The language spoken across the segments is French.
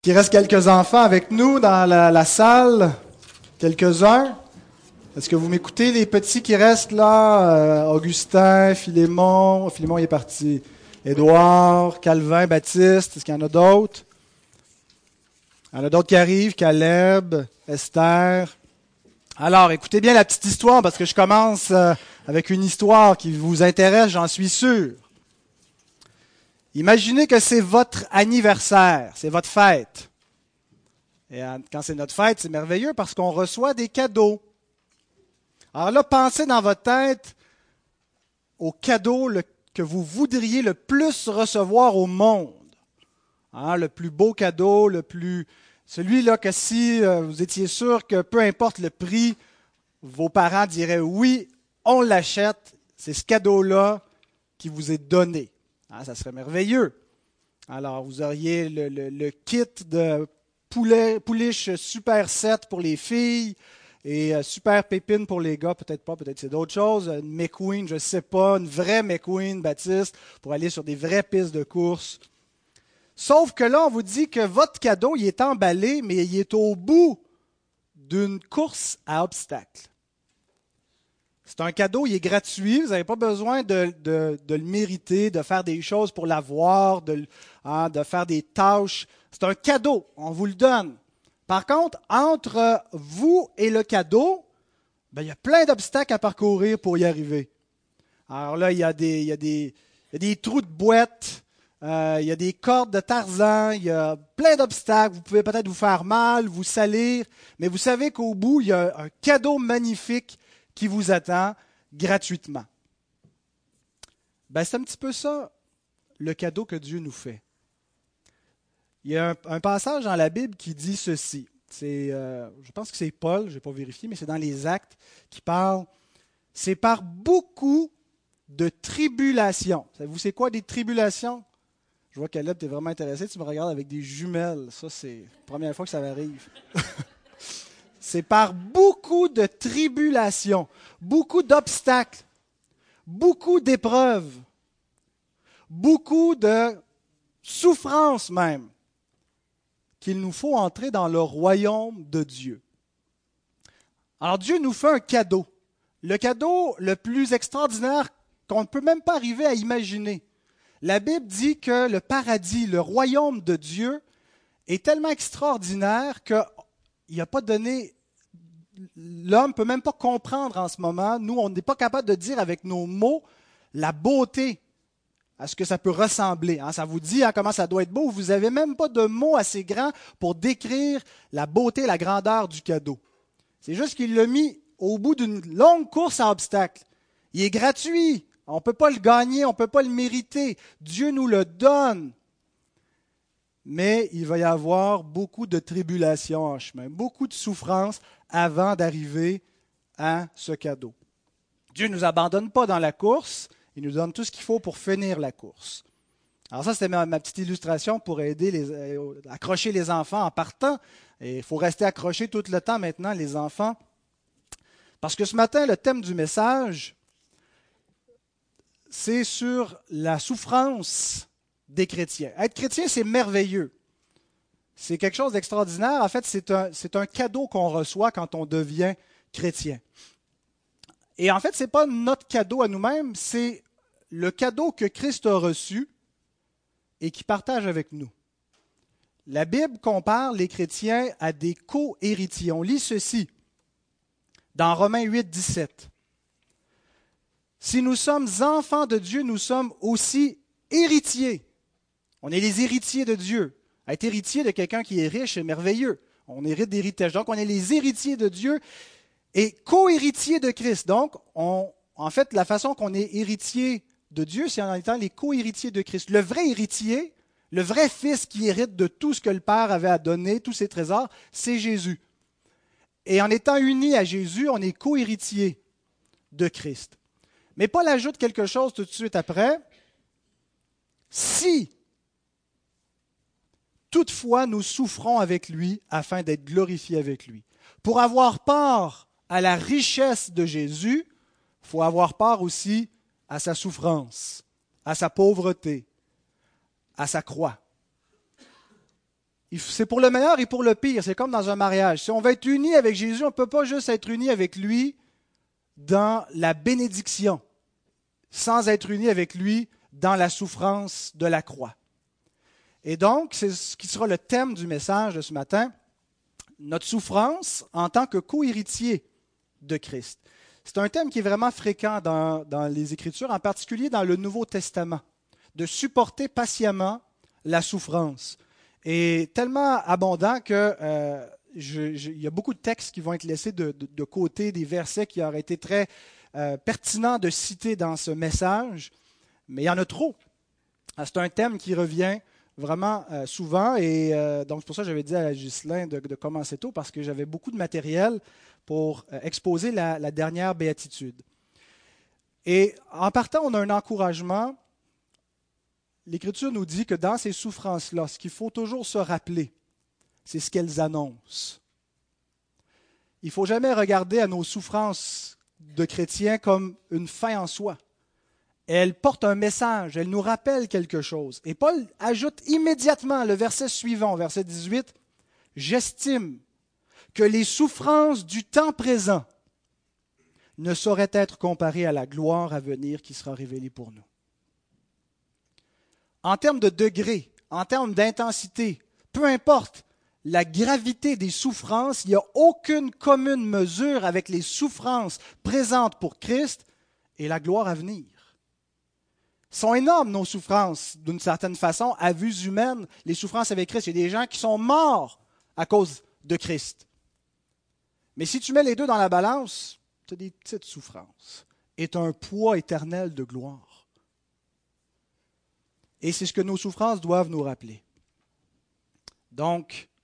Est-ce qu'il reste quelques enfants avec nous dans la salle? Quelques-uns? Est-ce que vous m'écoutez, les petits qui restent là? Augustin, Philémon. Philémon, il est parti. Édouard, Calvin, Baptiste. Est-ce qu'il y en a d'autres? Il y en a d'autres qui arrivent. Caleb, Esther. Alors, écoutez bien la petite histoire parce que je commence avec une histoire qui vous intéresse, j'en suis sûr. Imaginez que c'est votre anniversaire, c'est votre fête. Et quand c'est notre fête, c'est merveilleux parce qu'on reçoit des cadeaux. Alors là, pensez dans votre tête au cadeau que vous voudriez le plus recevoir au monde. Le plus beau cadeau, celui-là que si vous étiez sûr que peu importe le prix, vos parents diraient oui, on l'achète, c'est ce cadeau-là qui vous est donné. Ça serait merveilleux. Alors, vous auriez le kit de pouliche Super 7 pour les filles et Super Pépine pour les gars, peut-être pas, peut-être c'est d'autres choses. Une McQueen, je ne sais pas, une vraie McQueen, Baptiste, pour aller sur des vraies pistes de course. Sauf que là, on vous dit que votre cadeau, il est emballé, mais il est au bout d'une course à obstacles. C'est un cadeau, il est gratuit, vous n'avez pas besoin de le mériter, de faire des choses pour l'avoir, de faire des tâches. C'est un cadeau, on vous le donne. Par contre, entre vous et le cadeau, il y a plein d'obstacles à parcourir pour y arriver. Alors là, il y a des trous de boîte, il y a des cordes de Tarzan, il y a plein d'obstacles. Vous pouvez peut-être vous faire mal, vous salir, mais vous savez qu'au bout, il y a un cadeau magnifique qui vous attend gratuitement. C'est un petit peu ça, le cadeau que Dieu nous fait. Il y a un passage dans la Bible qui dit ceci. Je pense que c'est Paul, je n'ai pas vérifié, mais c'est dans les Actes qui parle. C'est par beaucoup de tribulations. Savez-vous, c'est quoi des tribulations? Je vois Caleb, tu es vraiment intéressé, tu me regardes avec des jumelles. Ça, c'est la première fois que ça m'arrive. C'est par beaucoup de tribulations, beaucoup d'obstacles, beaucoup d'épreuves, beaucoup de souffrances même, qu'il nous faut entrer dans le royaume de Dieu. Alors Dieu nous fait un cadeau, le cadeau le plus extraordinaire qu'on ne peut même pas arriver à imaginer. La Bible dit que le paradis, le royaume de Dieu, est tellement extraordinaire qu'il n'a pas donné. L'homme ne peut même pas comprendre en ce moment. Nous, on n'est pas capable de dire avec nos mots la beauté à ce que ça peut ressembler. Ça vous dit comment ça doit être beau. Vous n'avez même pas de mots assez grands pour décrire la beauté, la grandeur du cadeau. C'est juste qu'il l'a mis au bout d'une longue course à obstacles. Il est gratuit. On ne peut pas le gagner, on ne peut pas le mériter. Dieu nous le donne. Mais il va y avoir beaucoup de tribulations en chemin, beaucoup de souffrances avant d'arriver à ce cadeau. Dieu ne nous abandonne pas dans la course, il nous donne tout ce qu'il faut pour finir la course. Alors ça, c'était ma petite illustration pour aider accrocher les enfants en partant. Et il faut rester accroché tout le temps maintenant, les enfants. Parce que ce matin, le thème du message, c'est sur la souffrance des chrétiens. Être chrétien, c'est merveilleux. C'est quelque chose d'extraordinaire. En fait, c'est un cadeau qu'on reçoit quand on devient chrétien. Et en fait, ce n'est pas notre cadeau à nous-mêmes, c'est le cadeau que Christ a reçu et qui partage avec nous. La Bible compare les chrétiens à des co-héritiers. On lit ceci dans Romains 8, 17. Si nous sommes enfants de Dieu, nous sommes aussi héritiers. On est les héritiers de Dieu. Être héritier de quelqu'un qui est riche, c'est merveilleux. On hérite d'héritage. Donc, on est les héritiers de Dieu et co-héritiers de Christ. Donc, en fait, la façon qu'on est héritier de Dieu, c'est en étant les co-héritiers de Christ. Le vrai héritier, le vrai fils qui hérite de tout ce que le Père avait à donner, tous ses trésors, c'est Jésus. Et en étant unis à Jésus, on est co-héritier de Christ. Mais Paul ajoute quelque chose tout de suite après. Si toutefois nous souffrons avec lui afin d'être glorifiés avec lui. Pour avoir part à la richesse de Jésus, il faut avoir part aussi à sa souffrance, à sa pauvreté, à sa croix. C'est pour le meilleur et pour le pire. C'est comme dans un mariage. Si on veut être uni avec Jésus, on ne peut pas juste être uni avec lui dans la bénédiction, sans être uni avec lui dans la souffrance de la croix. Et donc, c'est ce qui sera le thème du message de ce matin, notre souffrance en tant que co-héritier de Christ. C'est un thème qui est vraiment fréquent dans les Écritures, en particulier dans le Nouveau Testament, de supporter patiemment la souffrance. Et tellement abondant que il y a beaucoup de textes qui vont être laissés de côté, des versets qui auraient été très pertinents de citer dans ce message, mais il y en a trop. C'est un thème qui revient vraiment souvent, et donc c'est pour ça que j'avais dit à Ghislain de commencer tôt, parce que j'avais beaucoup de matériel pour exposer la dernière béatitude. Et en partant, on a un encouragement. L'Écriture nous dit que dans ces souffrances-là, ce qu'il faut toujours se rappeler, c'est ce qu'elles annoncent. Il ne faut jamais regarder à nos souffrances de chrétiens comme une fin en soi. Elles portent un message, elles nous rappellent quelque chose. Et Paul ajoute immédiatement le verset suivant, verset 18, « J'estime que les souffrances du temps présent ne sauraient être comparées à la gloire à venir qui sera révélée pour nous. » En termes de degré, en termes d'intensité, peu importe la gravité des souffrances, il n'y a aucune commune mesure avec les souffrances présentes pour Christ et la gloire à venir. Sont énormes nos souffrances, d'une certaine façon, à vue humaine, les souffrances avec Christ. Il y a des gens qui sont morts à cause de Christ. Mais si tu mets les deux dans la balance, tu as des petites souffrances et tu as un poids éternel de gloire. Et c'est ce que nos souffrances doivent nous rappeler. Donc,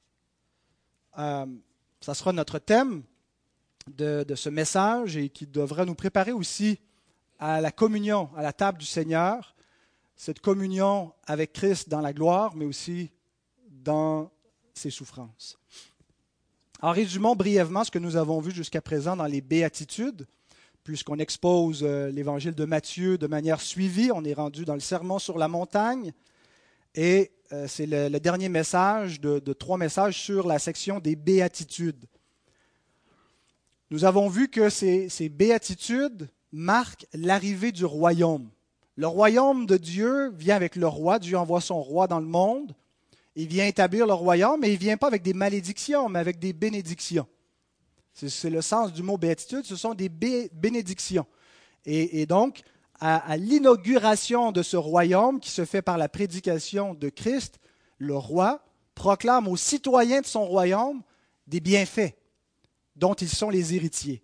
ça sera notre thème de ce message et qui devrait nous préparer aussi à la communion, à la table du Seigneur, cette communion avec Christ dans la gloire, mais aussi dans ses souffrances. En résumant brièvement ce que nous avons vu jusqu'à présent dans les béatitudes, puisqu'on expose l'évangile de Matthieu de manière suivie, on est rendu dans le sermon sur la montagne, et c'est le dernier message de 3 messages sur la section des béatitudes. Nous avons vu que ces béatitudes marque l'arrivée du royaume. Le royaume de Dieu vient avec le roi. Dieu envoie son roi dans le monde. Il vient établir le royaume, mais il ne vient pas avec des malédictions, mais avec des bénédictions. C'est le sens du mot béatitude, ce sont des bénédictions. Et donc, à l'inauguration de ce royaume qui se fait par la prédication de Christ, le roi proclame aux citoyens de son royaume des bienfaits dont ils sont les héritiers.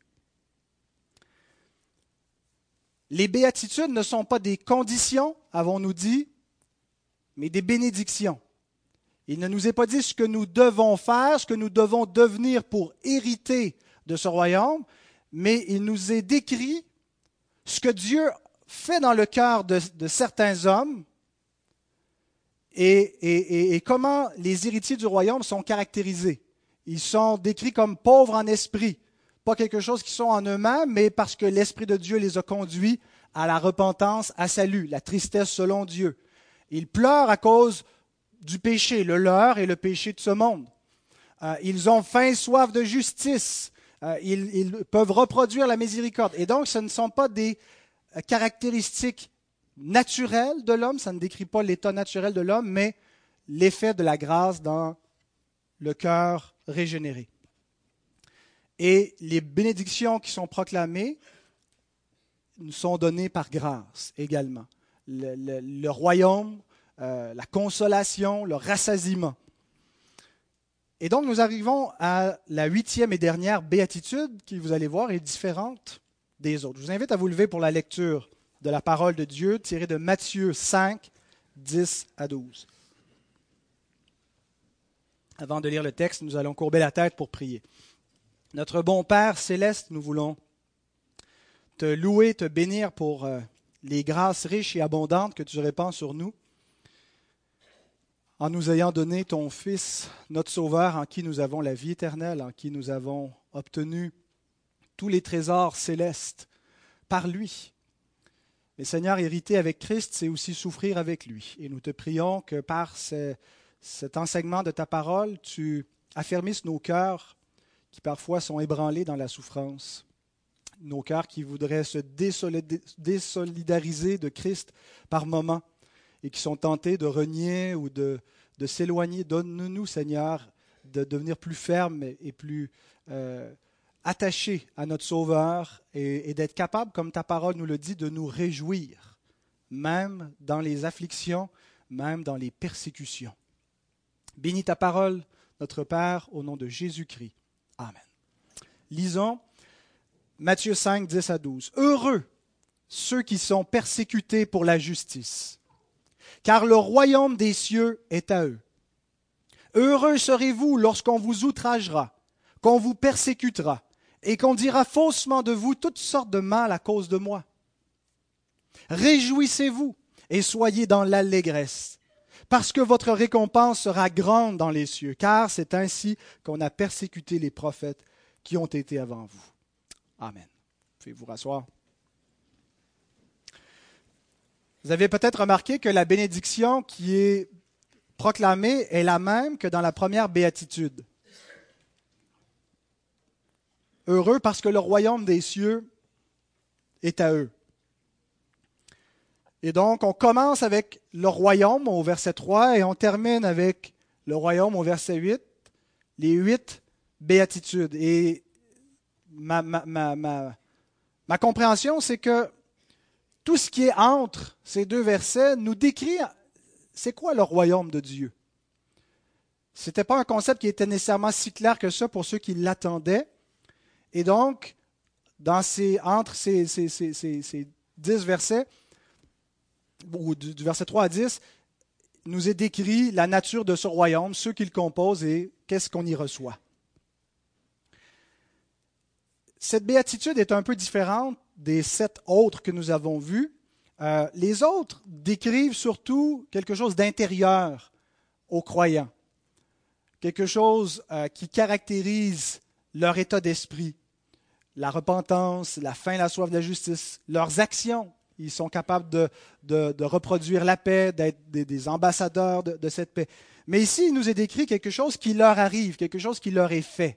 Les béatitudes ne sont pas des conditions, avons-nous dit, mais des bénédictions. Il ne nous est pas dit ce que nous devons faire, ce que nous devons devenir pour hériter de ce royaume, mais il nous est décrit ce que Dieu fait dans le cœur de certains hommes et comment les héritiers du royaume sont caractérisés. Ils sont décrits comme pauvres en esprit. Pas quelque chose qui sont en eux-mêmes, mais parce que l'Esprit de Dieu les a conduits à la repentance, à salut, la tristesse selon Dieu. Ils pleurent à cause du péché, le leur et le péché de ce monde. Ils ont faim et soif de justice. Ils peuvent reproduire la miséricorde. Et donc, ce ne sont pas des caractéristiques naturelles de l'homme, ça ne décrit pas l'état naturel de l'homme, mais l'effet de la grâce dans le cœur régénéré. Et les bénédictions qui sont proclamées nous sont données par grâce également. Le royaume, la consolation, le rassasiement. Et donc nous arrivons à la 8e et dernière béatitude qui, vous allez voir, est différente des autres. Je vous invite à vous lever pour la lecture de la parole de Dieu tirée de Matthieu 5, 10 à 12. Avant de lire le texte, nous allons courber la tête pour prier. Notre bon Père céleste, nous voulons te louer, te bénir pour les grâces riches et abondantes que tu répands sur nous, en nous ayant donné ton Fils, notre Sauveur, en qui nous avons la vie éternelle, en qui nous avons obtenu tous les trésors célestes par lui. Mais Seigneur, hériter avec Christ, c'est aussi souffrir avec lui. Et nous te prions que par cet enseignement de ta parole, tu affermisses nos cœurs qui parfois sont ébranlés dans la souffrance, nos cœurs qui voudraient se désolidariser de Christ par moments et qui sont tentés de renier ou de s'éloigner. Donne-nous, Seigneur, de devenir plus fermes et plus attachés à notre Sauveur et d'être capables, comme ta parole nous le dit, de nous réjouir, même dans les afflictions, même dans les persécutions. Bénis ta parole, notre Père, au nom de Jésus-Christ. Amen. Lisons Matthieu 5, 10 à 12. Heureux ceux qui sont persécutés pour la justice, car le royaume des cieux est à eux. Heureux serez-vous lorsqu'on vous outragera, qu'on vous persécutera, et qu'on dira faussement de vous toutes sortes de mal à cause de moi. Réjouissez-vous et soyez dans l'allégresse, parce que votre récompense sera grande dans les cieux, car c'est ainsi qu'on a persécuté les prophètes qui ont été avant vous. Amen. Pouvez vous rasseoir. Vous avez peut-être remarqué que la bénédiction qui est proclamée est la même que dans la première béatitude. Heureux parce que le royaume des cieux est à eux. Et donc, on commence avec le royaume au verset 3 et on termine avec le royaume au verset 8, les 8 béatitudes. Et ma compréhension, c'est que tout ce qui est entre ces deux versets nous décrit c'est quoi le royaume de Dieu. Ce n'était pas un concept qui était nécessairement si clair que ça pour ceux qui l'attendaient. Et donc, entre ces 10 versets, ou du verset 3 à 10, nous est décrit la nature de ce royaume, ceux qui le composent et qu'est-ce qu'on y reçoit. Cette béatitude est un peu différente des 7 autres que nous avons vues. Les autres décrivent surtout quelque chose d'intérieur aux croyants, quelque chose qui caractérise leur état d'esprit, la repentance, la faim, la soif de la justice, leurs actions. Ils sont capables de reproduire la paix, d'être des ambassadeurs de cette paix. Mais ici, il nous est décrit quelque chose qui leur arrive, quelque chose qui leur est fait.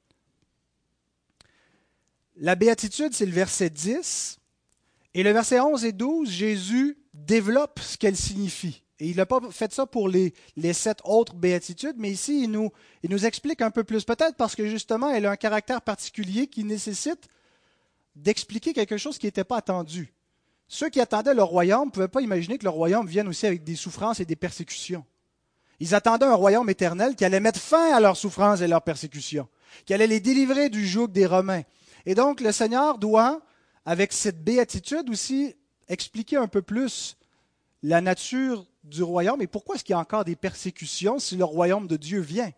La béatitude, c'est le verset 10. Et le verset 11 et 12, Jésus développe ce qu'elle signifie. Et il n'a pas fait ça pour les 7 autres béatitudes, mais ici, il nous explique un peu plus. Peut-être parce que justement, elle a un caractère particulier qui nécessite d'expliquer quelque chose qui n'était pas attendu. Ceux qui attendaient le royaume ne pouvaient pas imaginer que le royaume vienne aussi avec des souffrances et des persécutions. Ils attendaient un royaume éternel qui allait mettre fin à leurs souffrances et leurs persécutions, qui allait les délivrer du joug des Romains. Et donc, le Seigneur doit, avec cette béatitude aussi, expliquer un peu plus la nature du royaume et pourquoi est-ce qu'il y a encore des persécutions si le royaume de Dieu vient.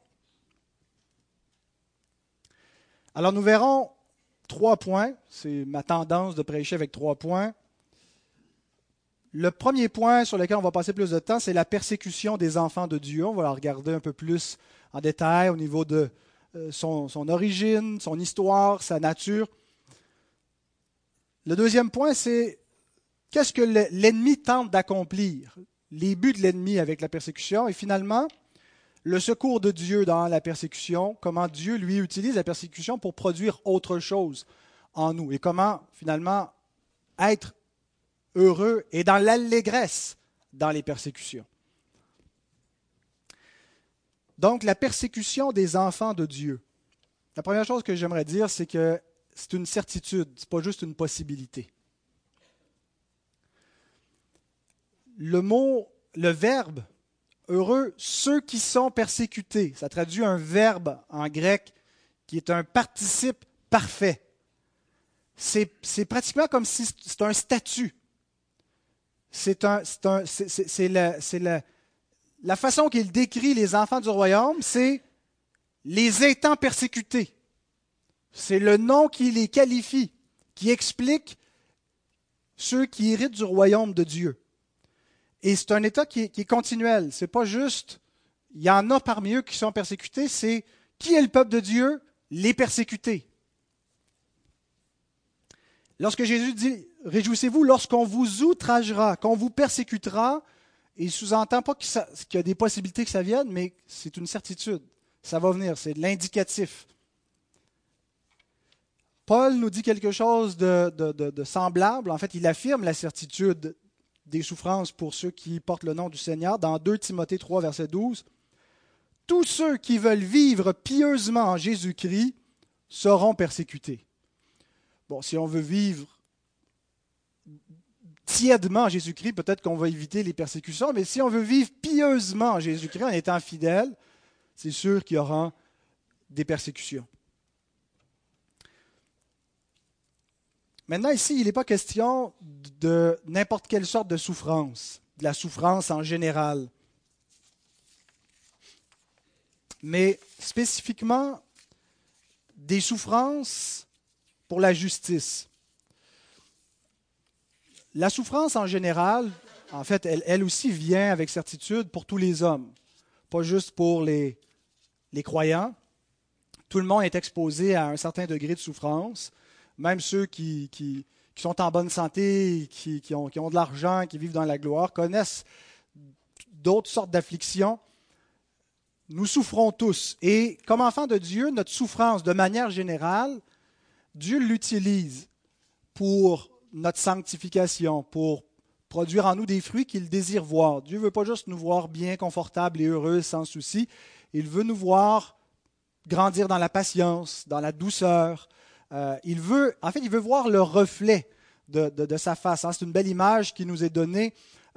Alors, nous verrons 3 points. C'est ma tendance de prêcher avec 3 points. Le premier point sur lequel on va passer plus de temps, c'est la persécution des enfants de Dieu. On va la regarder un peu plus en détail au niveau de son origine, son histoire, sa nature. Le deuxième point, c'est qu'est-ce que l'ennemi tente d'accomplir, les buts de l'ennemi avec la persécution, et finalement, le secours de Dieu dans la persécution, comment Dieu, lui, utilise la persécution pour produire autre chose en nous, et comment, finalement, être heureux et dans l'allégresse dans les persécutions. Donc, la persécution des enfants de Dieu. La première chose que j'aimerais dire, c'est que c'est une certitude, ce n'est pas juste une possibilité. Le verbe heureux, ceux qui sont persécutés, ça traduit un verbe en grec qui est un participe parfait. C'est pratiquement comme si c'est un statut. La façon qu'il décrit les enfants du royaume, c'est les étant persécutés. C'est le nom qui les qualifie, qui explique ceux qui héritent du royaume de Dieu. Et c'est un état qui est continuel. C'est pas juste, il y en a parmi eux qui sont persécutés, c'est qui est le peuple de Dieu? Les persécutés. Lorsque Jésus dit « Réjouissez-vous lorsqu'on vous outragera, qu'on vous persécutera », il ne sous-entend pas qu'il y a des possibilités que ça vienne, mais c'est une certitude. Ça va venir, c'est de l'indicatif. Paul nous dit quelque chose de semblable. En fait, il affirme la certitude des souffrances pour ceux qui portent le nom du Seigneur. Dans 2 Timothée 3, verset 12, « Tous ceux qui veulent vivre pieusement en Jésus-Christ seront persécutés. » Bon, si on veut vivre tièdement en Jésus-Christ, peut-être qu'on va éviter les persécutions, mais si on veut vivre pieusement en Jésus-Christ, en étant fidèle, c'est sûr qu'il y aura des persécutions. Maintenant, ici, il n'est pas question de n'importe quelle sorte de souffrance, de la souffrance en général, mais spécifiquement des souffrances pour la justice. La souffrance en général, en fait, elle aussi vient avec certitude pour tous les hommes, pas juste pour les croyants. Tout le monde est exposé à un certain degré de souffrance, même ceux qui sont en bonne santé, qui ont de l'argent, qui vivent dans la gloire, connaissent d'autres sortes d'afflictions. Nous souffrons tous. Et comme enfants de Dieu, notre souffrance, de manière générale, Dieu l'utilise pour notre sanctification, pour produire en nous des fruits qu'il désire voir. Dieu ne veut pas juste nous voir bien, confortables et heureux, sans souci. Il veut nous voir grandir dans la patience, dans la douceur. Il veut voir le reflet de sa face. C'est une belle image qui nous est donnée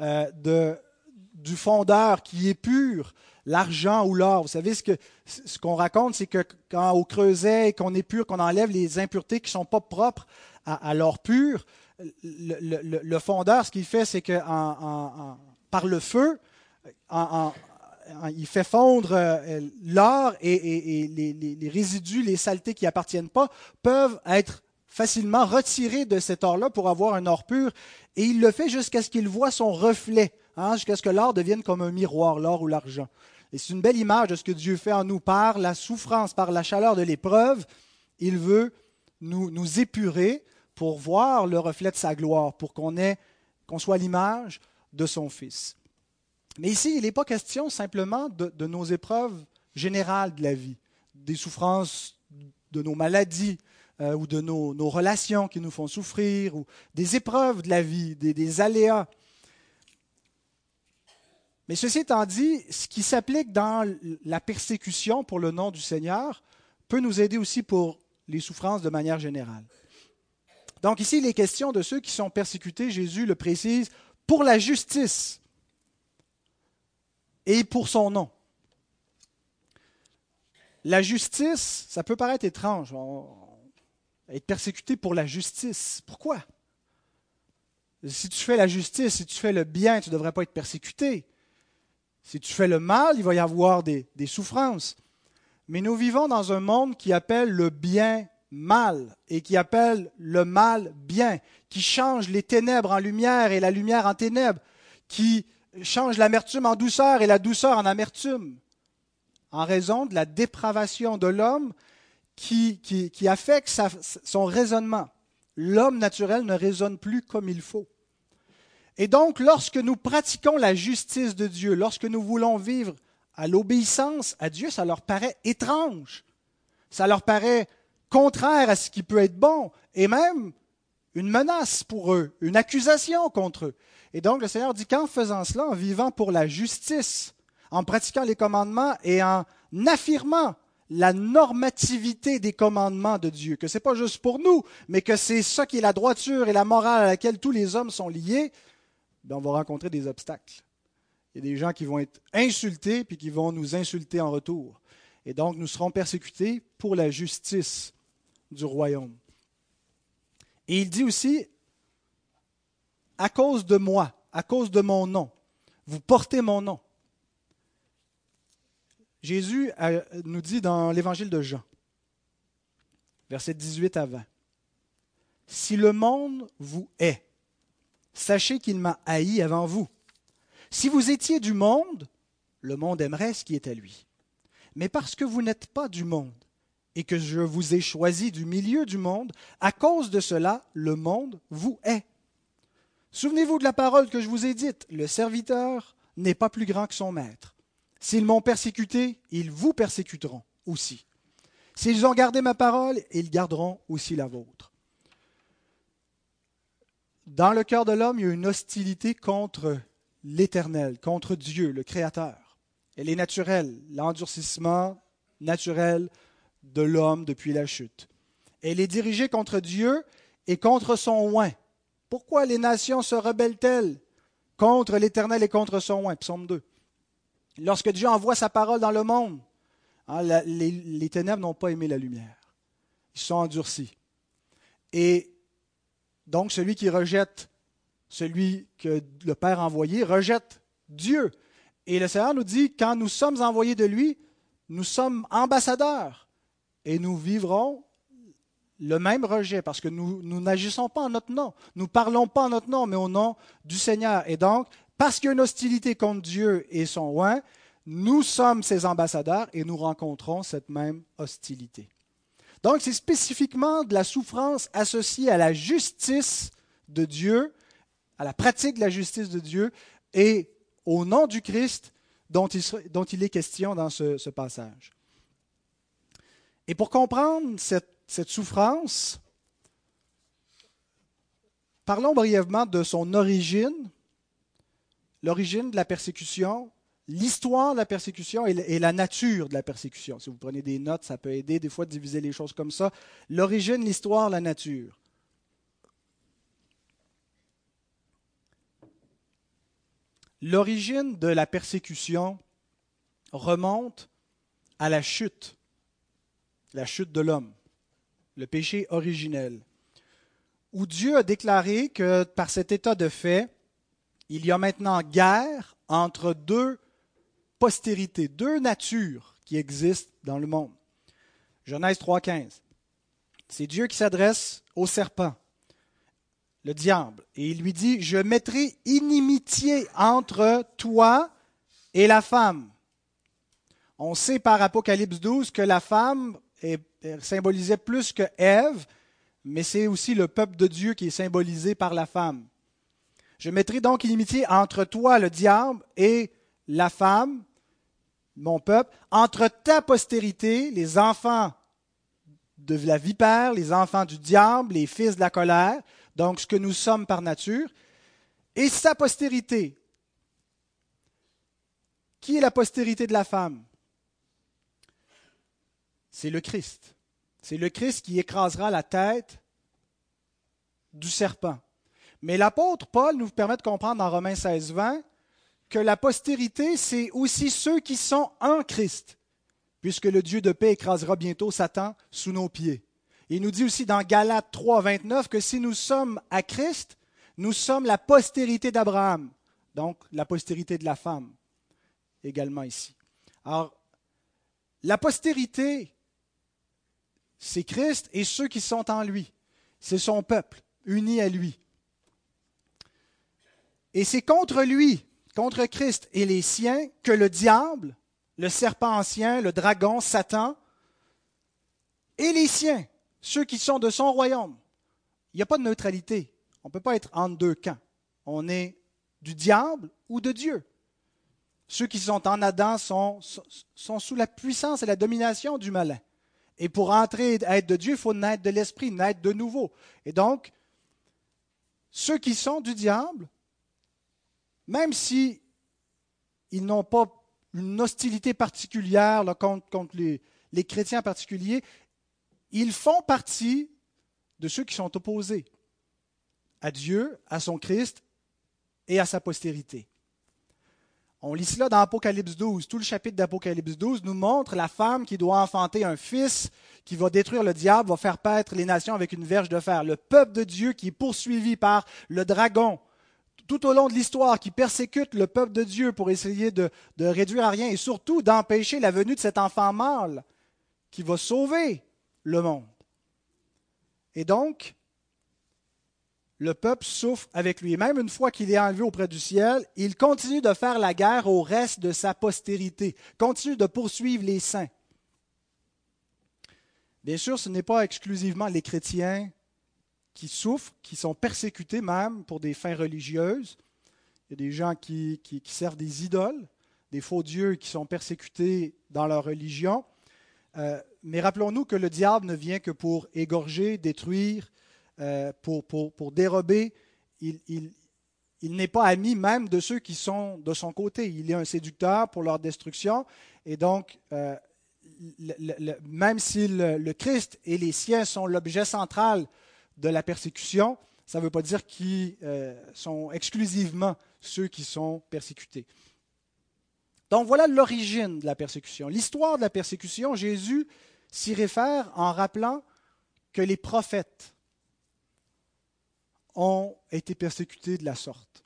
du fondeur qui est pur, l'argent ou l'or. Vous savez, ce qu'on raconte, c'est que quand on creusait et qu'on est pur, qu'on enlève les impuretés qui ne sont pas propres à l'or pur, le fondeur, ce qu'il fait, c'est que par le feu, il fait fondre l'or et les résidus, les saletés qui n'appartiennent pas, peuvent être facilement retirés de cet or-là pour avoir un or pur. Et il le fait jusqu'à ce qu'il voit son reflet, jusqu'à ce que l'or devienne comme un miroir, l'or ou l'argent. Et c'est une belle image de ce que Dieu fait en nous par la souffrance, par la chaleur de l'épreuve. Il veut nous épurer pour voir le reflet de sa gloire, pour qu'on soit l'image de son Fils. Mais ici, il n'est pas question simplement de nos épreuves générales de la vie, des souffrances de nos maladies ou de nos relations qui nous font souffrir, ou des épreuves de la vie, des aléas. Mais ceci étant dit, ce qui s'applique dans la persécution pour le nom du Seigneur peut nous aider aussi pour les souffrances de manière générale. Donc ici, il est question de ceux qui sont persécutés, Jésus le précise, pour la justice et pour son nom. La justice, ça peut paraître étrange, être persécuté pour la justice. Pourquoi? Si tu fais la justice, si tu fais le bien, tu ne devrais pas être persécuté. Si tu fais le mal, il va y avoir des souffrances. Mais nous vivons dans un monde qui appelle le bien mal et qui appelle le mal bien, qui change les ténèbres en lumière et la lumière en ténèbres, qui change l'amertume en douceur et la douceur en amertume, en raison de la dépravation de l'homme qui affecte son raisonnement. L'homme naturel ne raisonne plus comme il faut. Et donc, lorsque nous pratiquons la justice de Dieu, lorsque nous voulons vivre à l'obéissance à Dieu, ça leur paraît étrange. Ça leur paraît contraire à ce qui peut être bon, et même une menace pour eux, une accusation contre eux. Et donc, le Seigneur dit qu'en faisant cela, en vivant pour la justice, en pratiquant les commandements et en affirmant la normativité des commandements de Dieu, que ce n'est pas juste pour nous, mais que c'est ça qui est la droiture et la morale à laquelle tous les hommes sont liés, on va rencontrer des obstacles. Il y a des gens qui vont être insultés puis qui vont nous insulter en retour. Et donc, nous serons persécutés pour la justice du royaume. Et il dit aussi, à cause de moi, à cause de mon nom, vous portez mon nom. Jésus nous dit dans l'évangile de Jean, versets 18 à 20, « Si le monde vous hait, sachez qu'il m'a haï avant vous. Si vous étiez du monde, le monde aimerait ce qui est à lui. Mais parce que vous n'êtes pas du monde, et que je vous ai choisi du milieu du monde, à cause de cela, le monde vous hait. Souvenez-vous de la parole que je vous ai dite, le serviteur n'est pas plus grand que son maître. S'ils m'ont persécuté, ils vous persécuteront aussi. S'ils ont gardé ma parole, ils garderont aussi la vôtre. Dans le cœur de l'homme, il y a une hostilité contre l'Éternel, contre Dieu, le Créateur. Elle est naturelle, l'endurcissement naturel de l'homme depuis la chute. Elle est dirigée contre Dieu et contre son oint. Pourquoi les nations se rebellent-elles contre l'Éternel et contre son oint? Psaume 2. Lorsque Dieu envoie sa parole dans le monde, les ténèbres n'ont pas aimé la lumière. Ils sont endurcis. Et donc, celui qui rejette celui que le Père a envoyé, rejette Dieu. Et le Seigneur nous dit, quand nous sommes envoyés de lui, nous sommes ambassadeurs et nous vivrons le même rejet parce que nous n'agissons pas en notre nom. Nous ne parlons pas en notre nom, mais au nom du Seigneur. Et donc, parce qu'il y a une hostilité contre Dieu et son oint, nous sommes ses ambassadeurs et nous rencontrons cette même hostilité. Donc, c'est spécifiquement de la souffrance associée à la justice de Dieu, à la pratique de la justice de Dieu et au nom du Christ dont il est question dans ce passage. Et pour comprendre cette souffrance, parlons brièvement de son origine, l'origine de la persécution, l'histoire de la persécution et la nature de la persécution. Si vous prenez des notes, ça peut aider des fois de diviser les choses comme ça. L'origine, l'histoire, la nature. L'origine de la persécution remonte à la chute de l'homme, le péché originel, où Dieu a déclaré que par cet état de fait, il y a maintenant guerre entre deux postérités, deux natures qui existent dans le monde. Genèse 3,15. C'est Dieu qui s'adresse au serpent, le diable, et il lui dit « Je mettrai inimitié entre toi et la femme. » On sait par Apocalypse 12 que la femme symbolisait plus que Ève, mais c'est aussi le peuple de Dieu qui est symbolisé par la femme. Je mettrai donc inimitié entre toi, le diable, et la femme, mon peuple, entre ta postérité, les enfants de la vipère, les enfants du diable, les fils de la colère, donc ce que nous sommes par nature, et sa postérité. Qui est la postérité de la femme? C'est le Christ. C'est le Christ qui écrasera la tête du serpent. Mais l'apôtre Paul nous permet de comprendre dans Romains 16, 20 que la postérité, c'est aussi ceux qui sont en Christ, puisque le Dieu de paix écrasera bientôt Satan sous nos pieds. Il nous dit aussi dans Galates 3, 29 que si nous sommes à Christ, nous sommes la postérité d'Abraham, donc la postérité de la femme, également ici. Alors, la postérité, c'est Christ et ceux qui sont en lui. C'est son peuple, uni à lui. Et c'est contre lui, contre Christ et les siens, que le diable, le serpent ancien, le dragon, Satan, et les siens, ceux qui sont de son royaume. Il n'y a pas de neutralité. On ne peut pas être entre deux camps. On est du diable ou de Dieu. Ceux qui sont en Adam sont sous la puissance et la domination du malin. Et pour entrer à être de Dieu, il faut naître de l'esprit, naître de nouveau. Et donc, ceux qui sont du diable, même si ils n'ont pas une hostilité particulière là, contre les chrétiens en particulier, ils font partie de ceux qui sont opposés à Dieu, à son Christ et à sa postérité. On lit cela dans Apocalypse 12. Tout le chapitre d'Apocalypse 12 nous montre la femme qui doit enfanter un fils qui va détruire le diable, va faire paître les nations avec une verge de fer. Le peuple de Dieu qui est poursuivi par le dragon tout au long de l'histoire, qui persécute le peuple de Dieu pour essayer de réduire à rien et surtout d'empêcher la venue de cet enfant mâle qui va sauver le monde. Et donc, le peuple souffre avec lui. Et même une fois qu'il est enlevé auprès du ciel, il continue de faire la guerre au reste de sa postérité, continue de poursuivre les saints. Bien sûr, ce n'est pas exclusivement les chrétiens qui souffrent, qui sont persécutés même pour des fins religieuses. Il y a des gens qui servent des idoles, des faux dieux qui sont persécutés dans leur religion. Mais rappelons-nous que le diable ne vient que pour égorger, détruire, pour dérober. Il n'est pas ami même de ceux qui sont de son côté. Il est un séducteur pour leur destruction. Et donc, même si le Christ et les siens sont l'objet central de la persécution, ça ne veut pas dire qu'ils sont exclusivement ceux qui sont persécutés. Donc voilà l'origine de la persécution. L'histoire de la persécution, Jésus s'y réfère en rappelant que les prophètes ont été persécutés de la sorte.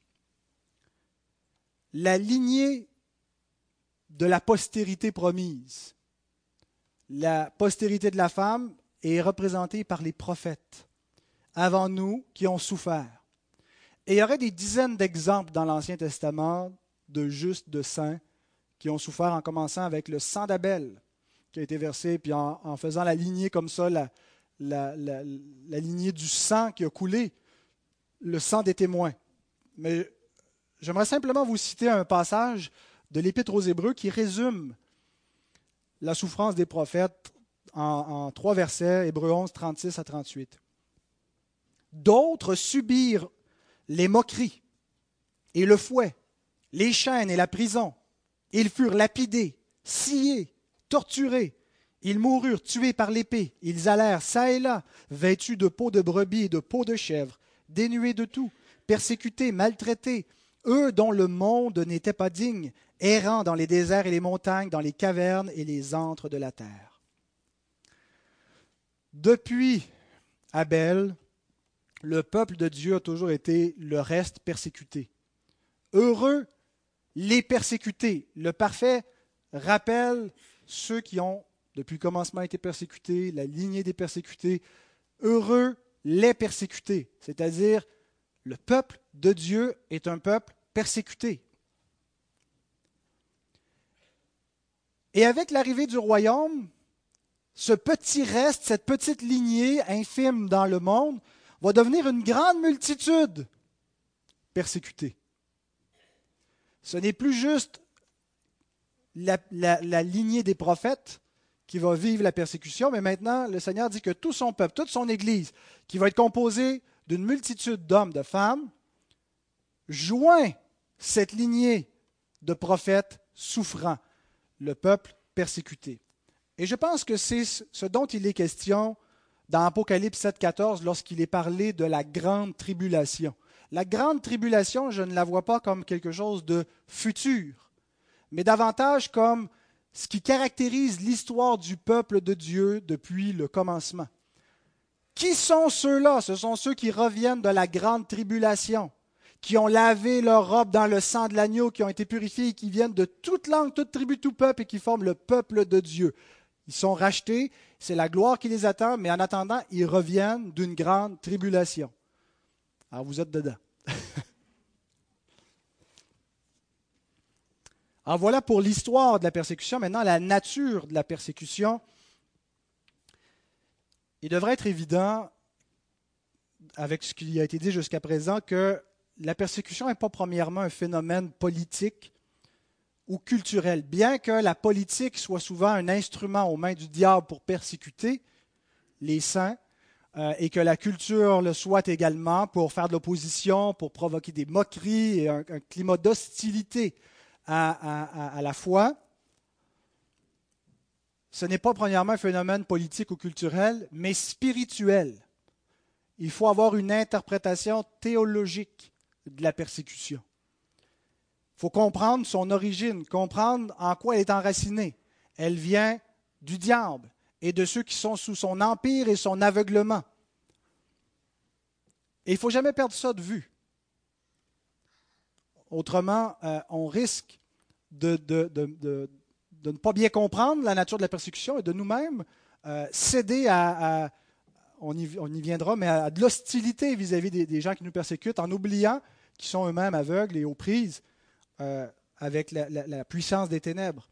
La lignée de la postérité promise, la postérité de la femme, est représentée par les prophètes avant nous qui ont souffert. Et il y aurait des dizaines d'exemples dans l'Ancien Testament de justes, de saints, qui ont souffert, en commençant avec le sang d'Abel qui a été versé, puis en faisant la lignée comme ça, la lignée du sang qui a coulé, le sang des témoins. Mais j'aimerais simplement vous citer un passage de l'Épître aux Hébreux qui résume la souffrance des prophètes en 3 versets, Hébreux 11, 36 à 38. D'autres subirent les moqueries et le fouet, les chaînes et la prison. Ils furent lapidés, sciés, torturés. Ils moururent tués par l'épée. Ils allèrent çà et là, vêtus de peaux de brebis et de peaux de chèvre, dénués de tout, persécutés, maltraités, eux dont le monde n'était pas digne, errant dans les déserts et les montagnes, dans les cavernes et les antres de la terre. Depuis Abel, le peuple de Dieu a toujours été le reste persécuté. Heureux les persécutés. Le parfait rappelle ceux qui ont, depuis le commencement, été persécutés, la lignée des persécutés. Heureux les persécutés, c'est-à-dire le peuple de Dieu est un peuple persécuté. Et avec l'arrivée du royaume, ce petit reste, cette petite lignée infime dans le monde, va devenir une grande multitude persécutée. Ce n'est plus juste la lignée des prophètes qui va vivre la persécution, mais maintenant, le Seigneur dit que tout son peuple, toute son Église, qui va être composée d'une multitude d'hommes, de femmes, joint cette lignée de prophètes souffrants, le peuple persécuté. Et je pense que c'est ce dont il est question dans Apocalypse 7,14 lorsqu'il est parlé de la grande tribulation. La grande tribulation, je ne la vois pas comme quelque chose de futur, mais davantage comme ce qui caractérise l'histoire du peuple de Dieu depuis le commencement. Qui sont ceux-là? Ce sont ceux qui reviennent de la grande tribulation, qui ont lavé leur robe dans le sang de l'agneau, qui ont été purifiés, qui viennent de toute langue, toute tribu, tout peuple et qui forment le peuple de Dieu. Ils sont rachetés, c'est la gloire qui les attend, mais en attendant, ils reviennent d'une grande tribulation. Alors vous êtes dedans. Alors voilà pour l'histoire de la persécution. Maintenant, la nature de la persécution. Il devrait être évident, avec ce qui a été dit jusqu'à présent, que la persécution n'est pas premièrement un phénomène politique ou culturel. Bien que la politique soit souvent un instrument aux mains du diable pour persécuter les saints, et que la culture le soit également pour faire de l'opposition, pour provoquer des moqueries et un climat d'hostilité à la foi. Ce n'est pas premièrement un phénomène politique ou culturel, mais spirituel. Il faut avoir une interprétation théologique de la persécution. Il faut comprendre son origine, comprendre en quoi elle est enracinée. Elle vient du diable et de ceux qui sont sous son empire et son aveuglement. Et il ne faut jamais perdre ça de vue. Autrement, on risque de ne pas bien comprendre la nature de la persécution et de nous-mêmes céder on y viendra, mais à de l'hostilité vis-à-vis des gens qui nous persécutent, en oubliant qu'ils sont eux-mêmes aveugles et aux prises avec la puissance des ténèbres.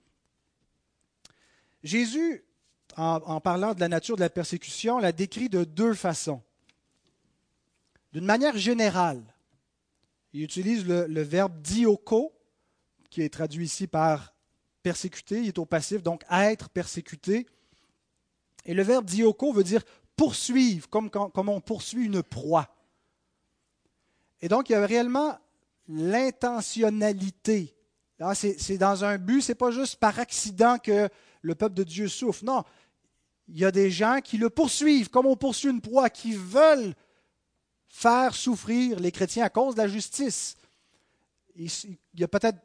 Jésus, en parlant de la nature de la persécution, la décrit de deux façons. D'une manière générale, Il utilise le verbe dioko, qui est traduit ici par persécuter. Il est au passif, donc être persécuté. Et le verbe dioko veut dire poursuivre, comme on poursuit une proie. Et donc, il y a réellement l'intentionnalité. Là, c'est dans un but, ce n'est pas juste par accident que le peuple de Dieu souffre. Non, il y a des gens qui le poursuivent, comme on poursuit une proie, qui veulent faire souffrir les chrétiens à cause de la justice. Il y a peut-être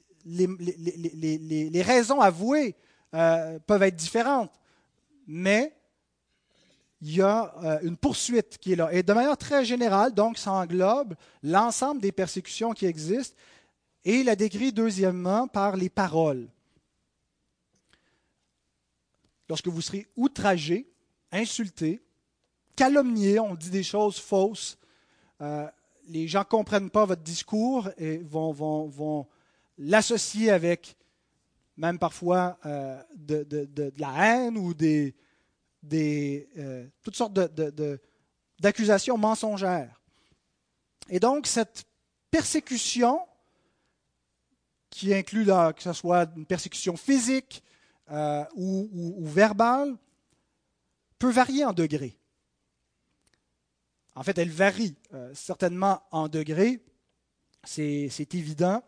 les raisons avouées peuvent être différentes, mais il y a une poursuite qui est là. Et de manière très générale, donc, ça englobe l'ensemble des persécutions qui existent et la décrit deuxièmement par les paroles. Lorsque vous serez outragé, insulté, calomnié, on dit des choses fausses, les gens ne comprennent pas votre discours et vont l'associer avec même parfois de la haine ou toutes sortes d'accusations mensongères. Et donc, cette persécution, qui inclut que ce soit une persécution physique ou verbale, peut varier en degrés. En fait, elle varie certainement en degrés, c'est évident.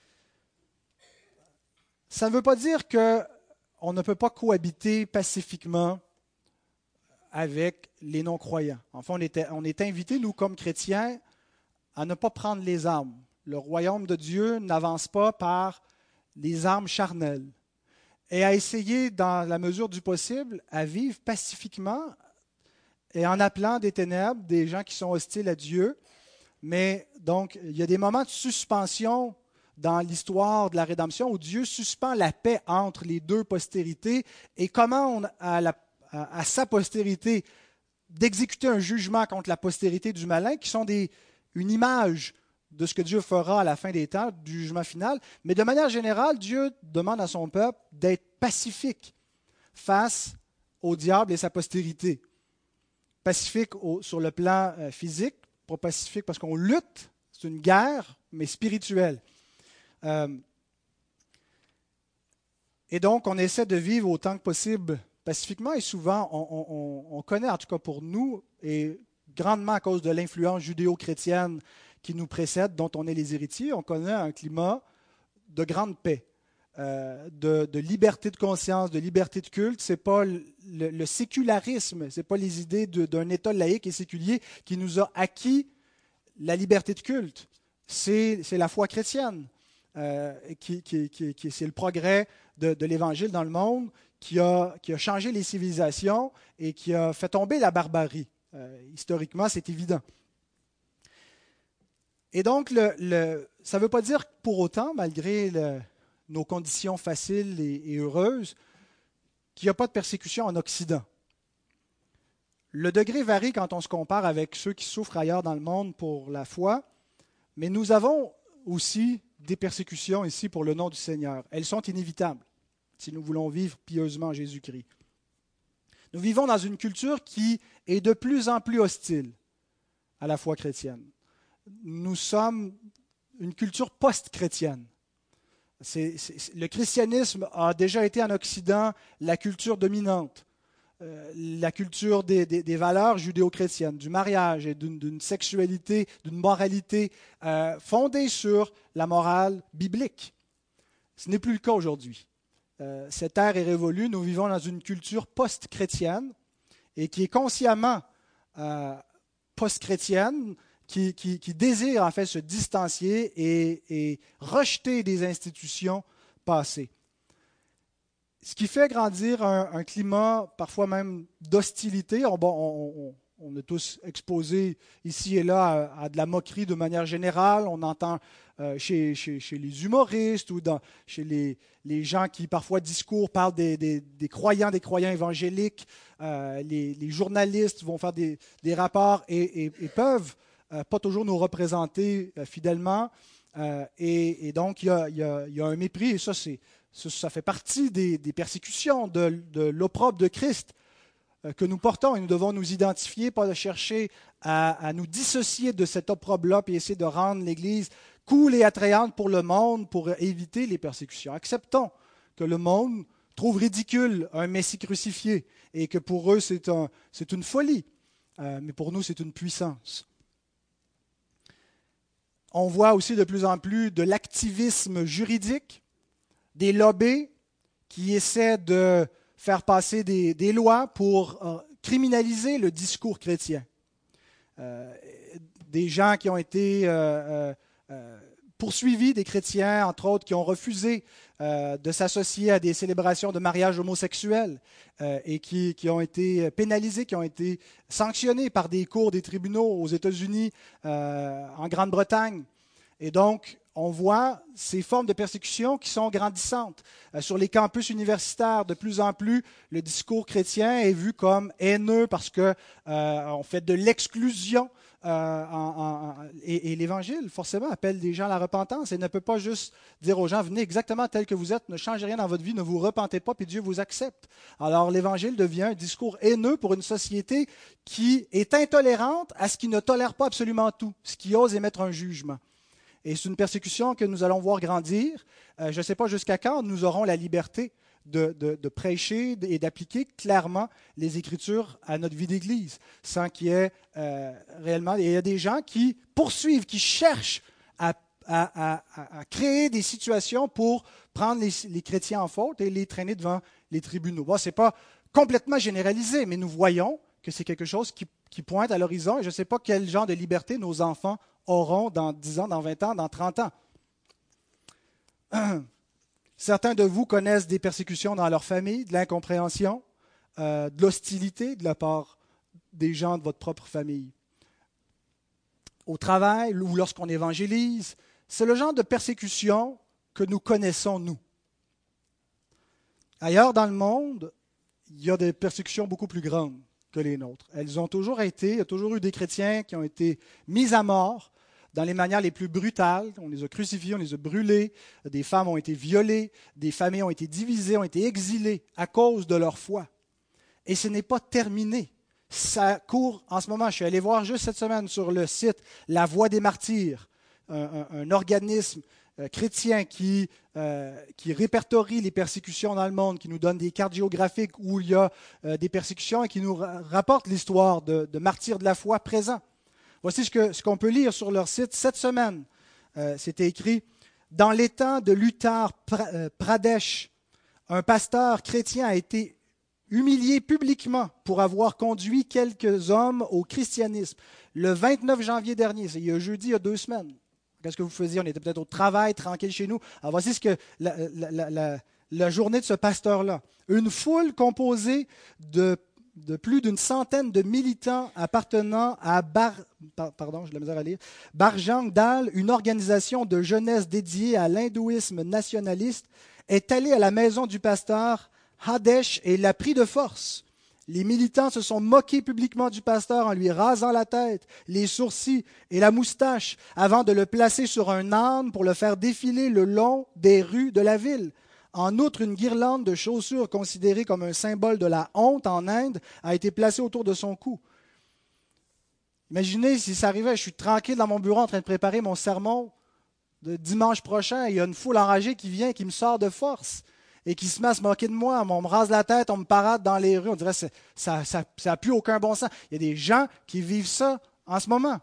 Ça ne veut pas dire qu'on ne peut pas cohabiter pacifiquement avec les non-croyants. Enfin, on est invités, nous, comme chrétiens, à ne pas prendre les armes. Le royaume de Dieu n'avance pas par les armes charnelles. Et à essayer, dans la mesure du possible, à vivre pacifiquement et en appelant des ténèbres des gens qui sont hostiles à Dieu. Mais donc, il y a des moments de suspension dans l'histoire de la rédemption où Dieu suspend la paix entre les deux postérités et commande à sa postérité d'exécuter un jugement contre la postérité du malin, qui sont une image de ce que Dieu fera à la fin des temps, du jugement final. Mais de manière générale, Dieu demande à son peuple d'être pacifique face au diable et sa postérité. Pacifique sur le plan physique, pas pacifique parce qu'on lutte, c'est une guerre, mais spirituelle. Et donc, on essaie de vivre autant que possible pacifiquement, et souvent, on connaît, en tout cas pour nous, et grandement à cause de l'influence judéo-chrétienne qui nous précède, dont on est les héritiers, on connaît un climat de grande paix, de liberté de conscience, de liberté de culte. Ce n'est pas le sécularisme, ce n'est pas les idées d'un État laïque et séculier qui nous a acquis la liberté de culte. C'est la foi chrétienne, c'est le progrès de l'Évangile dans le monde qui a changé les civilisations et qui a fait tomber la barbarie. Historiquement, c'est évident. Et donc, ça ne veut pas dire pour autant, malgré nos conditions faciles et heureuses, qu'il n'y a pas de persécution en Occident. Le degré varie quand on se compare avec ceux qui souffrent ailleurs dans le monde pour la foi, mais nous avons aussi des persécutions ici pour le nom du Seigneur. Elles sont inévitables si nous voulons vivre pieusement en Jésus-Christ. Nous vivons dans une culture qui est de plus en plus hostile à la foi chrétienne. Nous sommes une culture post-chrétienne. Le christianisme a déjà été en Occident la culture dominante, la culture des valeurs judéo-chrétiennes, du mariage et d'une sexualité, d'une moralité fondée sur la morale biblique. Ce n'est plus le cas aujourd'hui. Cette ère est révolue, nous vivons dans une culture post-chrétienne et qui est consciemment post-chrétienne, qui désire en fait se distancier et rejeter des institutions passées. Ce qui fait grandir un climat parfois même d'hostilité. On est tous exposés ici et là à de la moquerie de manière générale. On entend chez les humoristes ou chez les gens qui parfois parlent des croyants évangéliques. Les journalistes vont faire des rapports et peuvent pas toujours nous représenter fidèlement. Et donc, il y a un mépris, et ça fait partie des persécutions, de l'opprobre de Christ. que nous portons et nous devons nous identifier, pas chercher à nous dissocier de cet opprobre-là et essayer de rendre l'Église cool et attrayante pour le monde pour éviter les persécutions. Acceptons que le monde trouve ridicule un Messie crucifié et que pour eux c'est une folie, mais pour nous c'est une puissance. On voit aussi de plus en plus de l'activisme juridique, des lobbies qui essaient de faire passer des lois pour criminaliser le discours chrétien. Des gens qui ont été poursuivis, des chrétiens, entre autres, qui ont refusé de s'associer à des célébrations de mariage homosexuel et qui ont été pénalisés, qui ont été sanctionnés par des cours des tribunaux aux États-Unis, en Grande-Bretagne. Et donc, on voit ces formes de persécution qui sont grandissantes. Sur les campus universitaires, de plus en plus, le discours chrétien est vu comme haineux parce qu'on fait de l'exclusion. Et l'Évangile, forcément, appelle des gens à la repentance et ne peut pas juste dire aux gens, venez exactement tel que vous êtes, ne changez rien dans votre vie, ne vous repentez pas, puis Dieu vous accepte. Alors l'Évangile devient un discours haineux pour une société qui est intolérante à ce qui ne tolère pas absolument tout, ce qui ose émettre un jugement. Et c'est une persécution que nous allons voir grandir. Je ne sais pas jusqu'à quand nous aurons la liberté de prêcher et d'appliquer clairement les Écritures à notre vie d'Église, sans qu'il y ait réellement... Il y a des gens qui poursuivent, qui cherchent à créer des situations pour prendre les chrétiens en faute et les traîner devant les tribunaux. Bon, ce n'est pas complètement généralisé, mais nous voyons que c'est quelque chose qui pointe à l'horizon et je ne sais pas quel genre de liberté nos enfants auront dans 10 ans, dans 20 ans, dans 30 ans. Certains de vous connaissent des persécutions dans leur famille, de l'incompréhension, de l'hostilité de la part des gens de votre propre famille. Au travail ou lorsqu'on évangélise, c'est le genre de persécution que nous connaissons, nous. Ailleurs dans le monde, il y a des persécutions beaucoup plus grandes que les nôtres. Elles ont toujours été, il y a toujours eu des chrétiens qui ont été mis à mort dans les manières les plus brutales. On les a crucifiés, on les a brûlés, des femmes ont été violées, des familles ont été divisées, ont été exilées à cause de leur foi. Et ce n'est pas terminé. Ça court en ce moment. Je suis allé voir juste cette semaine sur le site La Voix des Martyrs, un organisme chrétien qui répertorie les persécutions dans le monde, qui nous donne des cartes géographiques où il y a des persécutions et qui nous rapporte l'histoire de martyrs de la foi présents. Voici ce qu'on peut lire sur leur site cette semaine. C'était écrit « Dans l'État de l'Uttar Pradesh, un pasteur chrétien a été humilié publiquement pour avoir conduit quelques hommes au christianisme. Le 29 janvier dernier, c'est jeudi, il y a 2 semaines. Qu'est-ce que vous faisiez? On était peut-être au travail, tranquille chez nous. Alors voici ce que la journée de ce pasteur-là. Une foule composée de plus d'une centaine de militants appartenant à Bajrang Dal, une organisation de jeunesse dédiée à l'hindouisme nationaliste, est allée à la maison du pasteur Hadesh et l'a pris de force. Les militants se sont moqués publiquement du pasteur en lui rasant la tête, les sourcils et la moustache avant de le placer sur un âne pour le faire défiler le long des rues de la ville. En outre, une guirlande de chaussures considérée comme un symbole de la honte en Inde a été placée autour de son cou. Imaginez si ça arrivait, je suis tranquille dans mon bureau en train de préparer mon sermon de dimanche prochain et il y a une foule enragée qui vient, qui me sort de force et qui se met à se moquer de moi. On me rase la tête, on me parade dans les rues, on dirait que ça n'a plus aucun bon sens. Il y a des gens qui vivent ça en ce moment.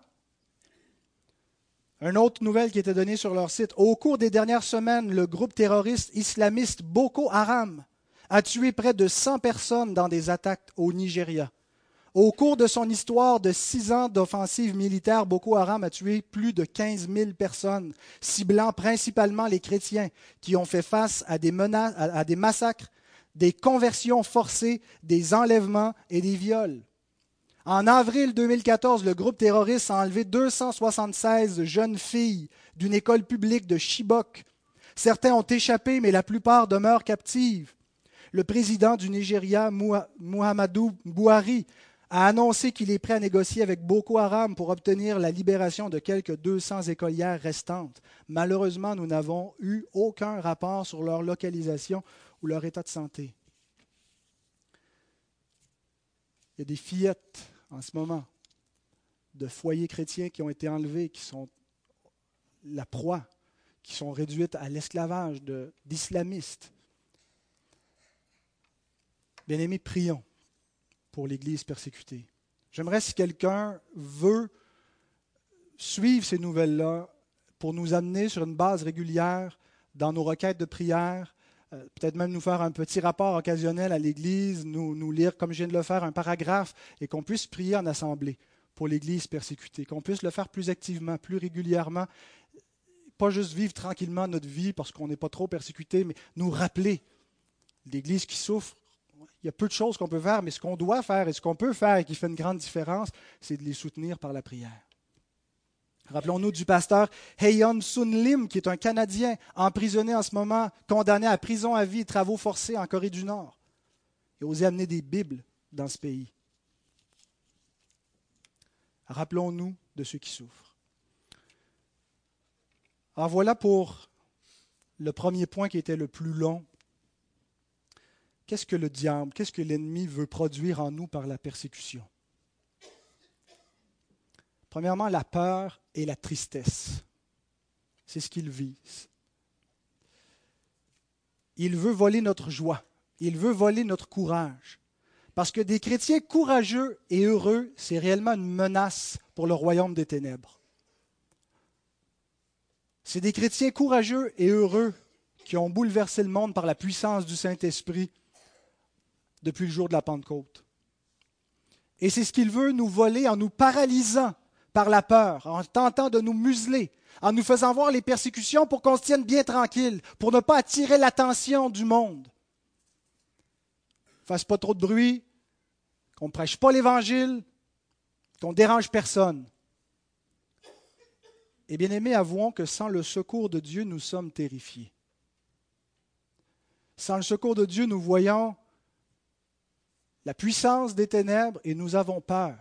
Une autre nouvelle qui était donnée sur leur site. Au cours des dernières semaines, le groupe terroriste islamiste Boko Haram a tué près de 100 personnes dans des attaques au Nigeria. Au cours de son histoire de 6 ans d'offensive militaire, Boko Haram a tué plus de 15 000 personnes, ciblant principalement les chrétiens qui ont fait face à des massacres, des conversions forcées, des enlèvements et des viols. En avril 2014, le groupe terroriste a enlevé 276 jeunes filles d'une école publique de Chibok. Certains ont échappé, mais la plupart demeurent captives. Le président du Nigeria, Muhammadu Buhari, a annoncé qu'il est prêt à négocier avec Boko Haram pour obtenir la libération de quelques 200 écolières restantes. Malheureusement, nous n'avons eu aucun rapport sur leur localisation ou leur état de santé. Il y a des fillettes en ce moment de foyers chrétiens qui ont été enlevés, qui sont la proie, qui sont réduites à l'esclavage d'islamistes. Bien-aimés, prions pour l'Église persécutée. J'aimerais, si quelqu'un veut suivre ces nouvelles-là pour nous amener sur une base régulière dans nos requêtes de prière, peut-être même nous faire un petit rapport occasionnel à l'Église, nous lire, comme je viens de le faire, un paragraphe, et qu'on puisse prier en assemblée pour l'Église persécutée, qu'on puisse le faire plus activement, plus régulièrement, pas juste vivre tranquillement notre vie parce qu'on n'est pas trop persécuté, mais nous rappeler l'Église qui souffre. Il y a peu de choses qu'on peut faire, mais ce qu'on doit faire et ce qu'on peut faire et qui fait une grande différence, c'est de les soutenir par la prière. Rappelons-nous du pasteur Heon Sun Lim, qui est un Canadien emprisonné en ce moment, condamné à prison à vie et travaux forcés en Corée du Nord. Il a osé amener des Bibles dans ce pays. Rappelons-nous de ceux qui souffrent. Alors voilà pour le premier point qui était le plus long. Qu'est-ce que le diable, qu'est-ce que l'ennemi veut produire en nous par la persécution? Premièrement, la peur et la tristesse. C'est ce qu'il vise. Il veut voler notre joie. Il veut voler notre courage. Parce que des chrétiens courageux et heureux, c'est réellement une menace pour le royaume des ténèbres. C'est des chrétiens courageux et heureux qui ont bouleversé le monde par la puissance du Saint-Esprit depuis le jour de la Pentecôte. Et c'est ce qu'il veut nous voler en nous paralysant par la peur, en tentant de nous museler, en nous faisant voir les persécutions pour qu'on se tienne bien tranquille, pour ne pas attirer l'attention du monde. Qu'on ne fasse pas trop de bruit, qu'on ne prêche pas l'Évangile, qu'on ne dérange personne. Et bien aimés, avouons que sans le secours de Dieu, nous sommes terrifiés. Sans le secours de Dieu, nous voyons la puissance des ténèbres et nous avons peur.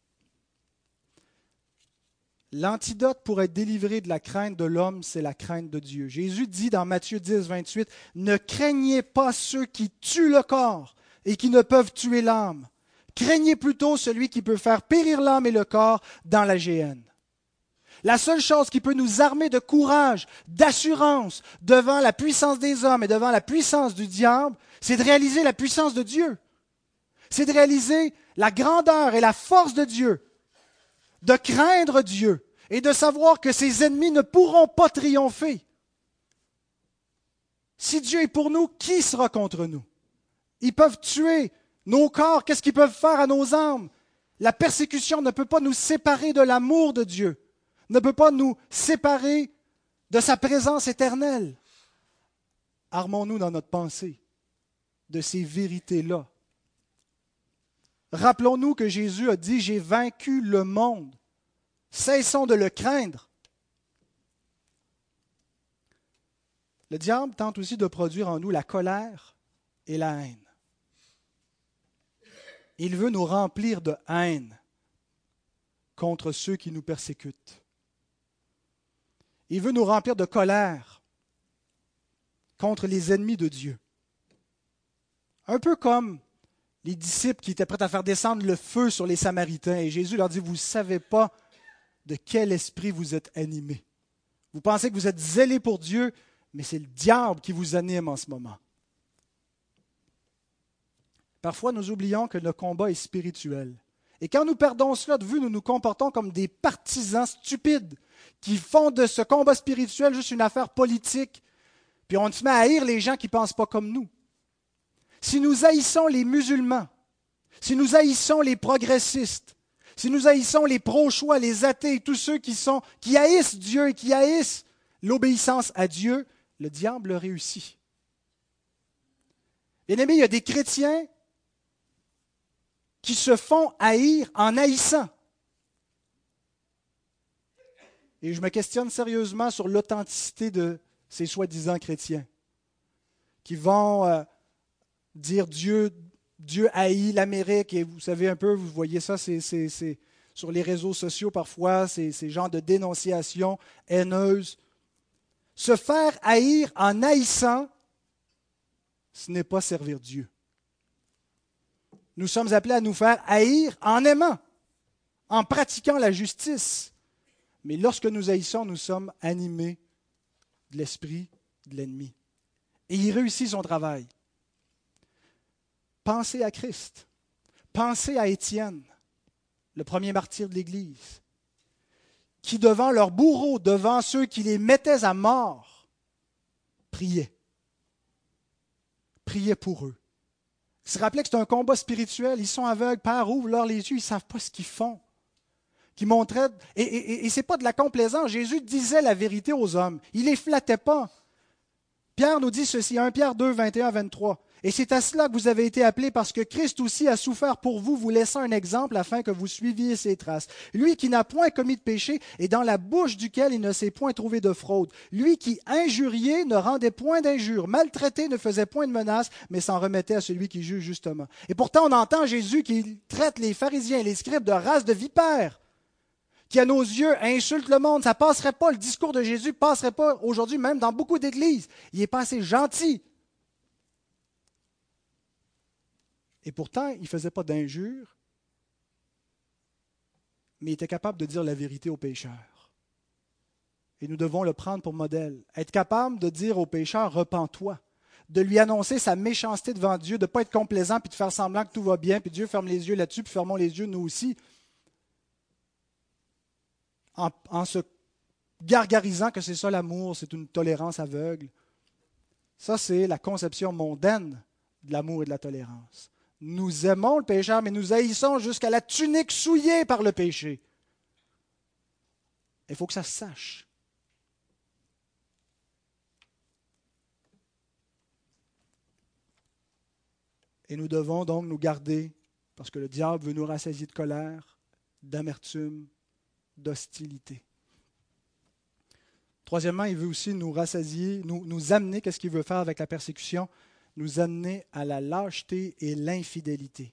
L'antidote pour être délivré de la crainte de l'homme, c'est la crainte de Dieu. Jésus dit dans Matthieu 10, 28, « Ne craignez pas ceux qui tuent le corps et qui ne peuvent tuer l'âme. Craignez plutôt celui qui peut faire périr l'âme et le corps dans la géhenne. » La seule chose qui peut nous armer de courage, d'assurance devant la puissance des hommes et devant la puissance du diable, c'est de réaliser la puissance de Dieu. C'est de réaliser la grandeur et la force de Dieu, de craindre Dieu et de savoir que ses ennemis ne pourront pas triompher. Si Dieu est pour nous, qui sera contre nous? Ils peuvent tuer nos corps, qu'est-ce qu'ils peuvent faire à nos âmes? La persécution ne peut pas nous séparer de l'amour de Dieu, ne peut pas nous séparer de sa présence éternelle. Armons-nous dans notre pensée de ces vérités-là. Rappelons-nous que Jésus a dit « J'ai vaincu le monde ». Cessons de le craindre. Le diable tente aussi de produire en nous la colère et la haine. Il veut nous remplir de haine contre ceux qui nous persécutent. Il veut nous remplir de colère contre les ennemis de Dieu. Un peu comme les disciples qui étaient prêts à faire descendre le feu sur les Samaritains. Et Jésus leur dit, vous ne savez pas de quel esprit vous êtes animés. Vous pensez que vous êtes zélés pour Dieu, mais c'est le diable qui vous anime en ce moment. Parfois, nous oublions que le combat est spirituel. Et quand nous perdons cela de vue, nous nous comportons comme des partisans stupides qui font de ce combat spirituel juste une affaire politique. Puis on se met à haïr les gens qui ne pensent pas comme nous. Si nous haïssons les musulmans, si nous haïssons les progressistes, si nous haïssons les pro-choix, les athées, tous ceux qui haïssent Dieu et qui haïssent l'obéissance à Dieu, le diable réussit. Bien-aimés, il y a des chrétiens qui se font haïr en haïssant. Et je me questionne sérieusement sur l'authenticité de ces soi-disant chrétiens qui vont dire Dieu haït l'Amérique. Et vous savez un peu, vous voyez ça, c'est sur les réseaux sociaux parfois, ces genres de dénonciations haineuses. Se faire haïr en haïssant, ce n'est pas servir Dieu. Nous sommes appelés à nous faire haïr en aimant, en pratiquant la justice. Mais lorsque nous haïssons, nous sommes animés de l'esprit de l'ennemi. Et il réussit son travail. Pensez à Christ. Pensez à Étienne, le premier martyr de l'Église, qui devant leurs bourreaux, devant ceux qui les mettaient à mort, priait. Priait pour eux. Ils se rappelaient que c'est un combat spirituel. Ils sont aveugles. Père, ouvre-leur les yeux. Ils ne savent pas ce qu'ils font. Qui montraient, et ce n'est pas de la complaisance. Jésus disait la vérité aux hommes. Il ne les flattait pas. Pierre nous dit ceci, 1 Pierre 2, 21, 23. Et c'est à cela que vous avez été appelés, parce que Christ aussi a souffert pour vous, vous laissant un exemple afin que vous suiviez ses traces. Lui qui n'a point commis de péché et dans la bouche duquel il ne s'est point trouvé de fraude. Lui qui, injurié, ne rendait point d'injure, maltraité, ne faisait point de menace, mais s'en remettait à celui qui juge justement. Et pourtant, on entend Jésus qui traite les pharisiens et les scribes de race de vipères, qui à nos yeux insulte le monde. Ça ne passerait pas, le discours de Jésus ne passerait pas aujourd'hui, même dans beaucoup d'églises. Il n'est pas assez gentil. Et pourtant, il ne faisait pas d'injures, mais il était capable de dire la vérité aux pécheurs. Et nous devons le prendre pour modèle. Être capable de dire aux pécheurs, repens-toi, de lui annoncer sa méchanceté devant Dieu, de ne pas être complaisant, puis de faire semblant que tout va bien, puis Dieu ferme les yeux là-dessus, puis fermons les yeux nous aussi, en se gargarisant que c'est ça l'amour, c'est une tolérance aveugle. Ça, c'est la conception mondaine de l'amour et de la tolérance. Nous aimons le pécheur, mais nous haïssons jusqu'à la tunique souillée par le péché. Il faut que ça se sache. Et nous devons donc nous garder, parce que le diable veut nous rassasier de colère, d'amertume, d'hostilité. Troisièmement, il veut aussi nous rassasier, nous amener, qu'est-ce qu'il veut faire avec la persécution? Nous amener à la lâcheté et l'infidélité.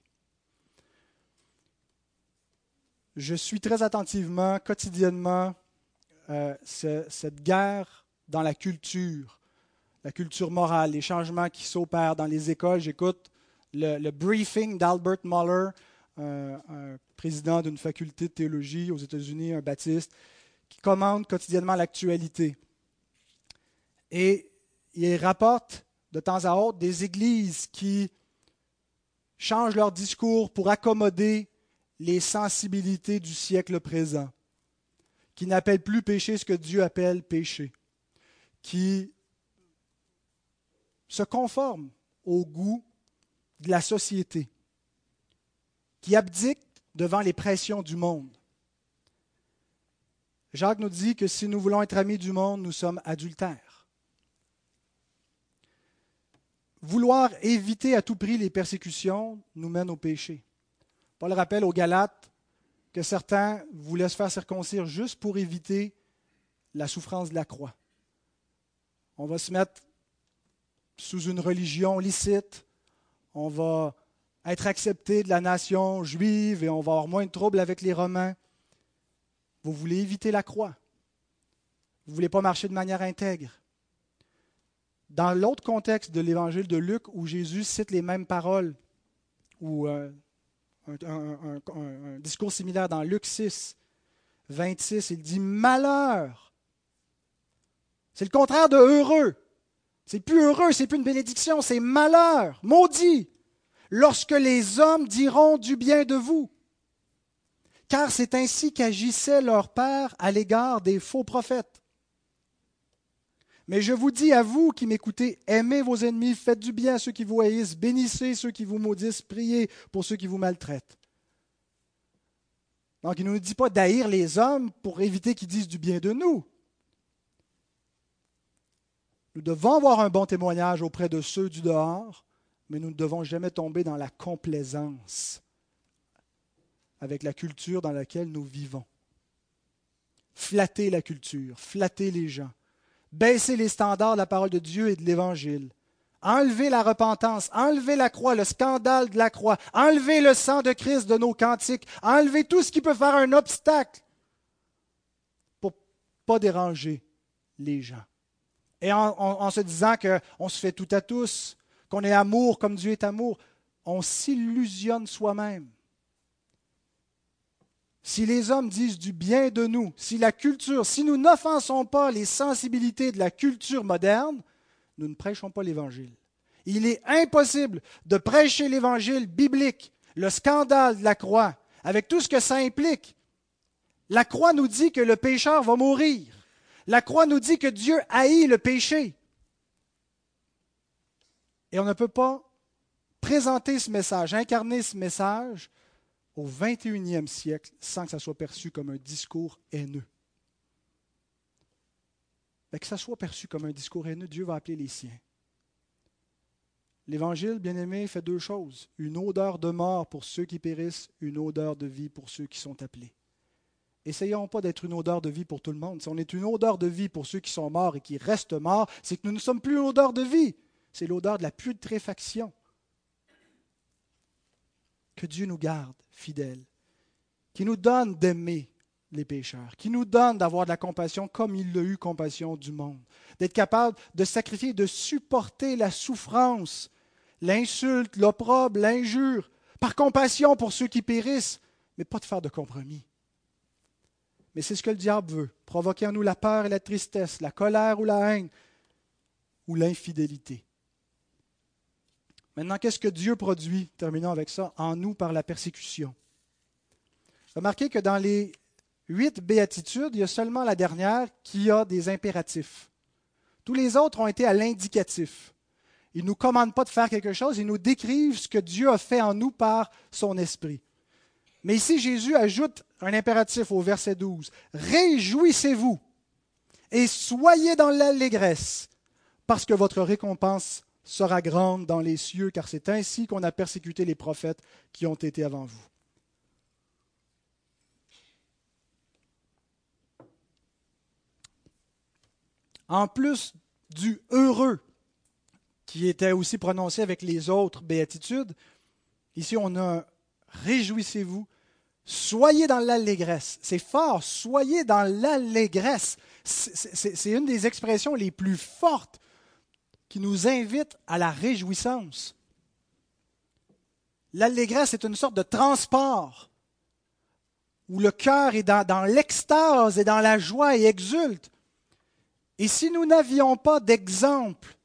Je suis très attentivement, quotidiennement, cette guerre dans la culture morale, les changements qui s'opèrent dans les écoles. J'écoute le briefing d'Albert Mohler, un président d'une faculté de théologie aux États-Unis, un baptiste, qui commande quotidiennement l'actualité. Et il rapporte de temps à autre des églises qui changent leur discours pour accommoder les sensibilités du siècle présent, qui n'appellent plus péché ce que Dieu appelle péché, qui se conforment au goût de la société, qui abdiquent devant les pressions du monde. Jacques nous dit que si nous voulons être amis du monde, nous sommes adultères. Vouloir éviter à tout prix les persécutions nous mène au péché. Paul rappelle aux Galates que certains voulaient se faire circoncire juste pour éviter la souffrance de la croix. On va se mettre sous une religion licite, on va être accepté de la nation juive et on va avoir moins de troubles avec les Romains. Vous voulez éviter la croix. Vous ne voulez pas marcher de manière intègre. Dans l'autre contexte de l'évangile de Luc, où Jésus cite les mêmes paroles, ou un discours similaire dans Luc 6, 26, il dit « Malheur ». C'est le contraire de « heureux ». C'est plus heureux, c'est plus une bénédiction, c'est malheur, maudit, lorsque les hommes diront du bien de vous. Car c'est ainsi qu'agissait leur père à l'égard des faux prophètes. Mais je vous dis à vous qui m'écoutez, aimez vos ennemis, faites du bien à ceux qui vous haïssent, bénissez ceux qui vous maudissent, priez pour ceux qui vous maltraitent. Donc il ne nous dit pas d'haïr les hommes pour éviter qu'ils disent du bien de nous. Nous devons avoir un bon témoignage auprès de ceux du dehors, mais nous ne devons jamais tomber dans la complaisance avec la culture dans laquelle nous vivons. Flatter la culture, flatter les gens, baisser les standards de la parole de Dieu et de l'Évangile, enlever la repentance, enlever la croix, le scandale de la croix, enlever le sang de Christ de nos cantiques, enlever tout ce qui peut faire un obstacle pour ne pas déranger les gens. Et en se disant qu'on se fait tout à tous, qu'on est amour comme Dieu est amour, on s'illusionne soi-même. Si les hommes disent du bien de nous, si nous n'offensons pas les sensibilités de la culture moderne, nous ne prêchons pas l'Évangile. Il est impossible de prêcher l'Évangile biblique, le scandale de la croix, avec tout ce que ça implique. La croix nous dit que le pécheur va mourir. La croix nous dit que Dieu haït le péché. Et on ne peut pas présenter ce message, incarner ce message au 21e siècle sans que ça soit perçu comme un discours haineux. Mais que ça soit perçu comme un discours haineux, Dieu va appeler les siens. L'Évangile, bien-aimé, fait deux choses. Une odeur de mort pour ceux qui périssent, une odeur de vie pour ceux qui sont appelés. Essayons pas d'être une odeur de vie pour tout le monde. Si on est une odeur de vie pour ceux qui sont morts et qui restent morts, c'est que nous ne sommes plus une odeur de vie. C'est l'odeur de la putréfaction. Que Dieu nous garde fidèles, qui nous donne d'aimer les pécheurs, qui nous donne d'avoir de la compassion comme il a eu compassion du monde, d'être capable de sacrifier, de supporter la souffrance, l'insulte, l'opprobre, l'injure, par compassion pour ceux qui périssent, mais pas de faire de compromis. Mais c'est ce que le diable veut, provoquer en nous la peur et la tristesse, la colère ou la haine, ou l'infidélité. Maintenant, qu'est-ce que Dieu produit, terminons avec ça, en nous par la persécution? Remarquez que dans les 8 béatitudes, il y a seulement la dernière qui a des impératifs. Tous les autres ont été à l'indicatif. Ils ne nous commandent pas de faire quelque chose, ils nous décrivent ce que Dieu a fait en nous par son esprit. Mais ici, Jésus ajoute un impératif au verset 12. « Réjouissez-vous et soyez dans l'allégresse, parce que votre récompense sera grande dans les cieux, car c'est ainsi qu'on a persécuté les prophètes qui ont été avant vous. » En plus du « heureux » qui était aussi prononcé avec les autres béatitudes, ici on a un « réjouissez-vous ». Soyez dans l'allégresse. C'est fort, soyez dans l'allégresse. C'est une des expressions les plus fortes qui nous invite à la réjouissance. L'allégresse est une sorte de transport où le cœur est dans l'extase et dans la joie et exulte. Et si nous n'avions pas d'exemple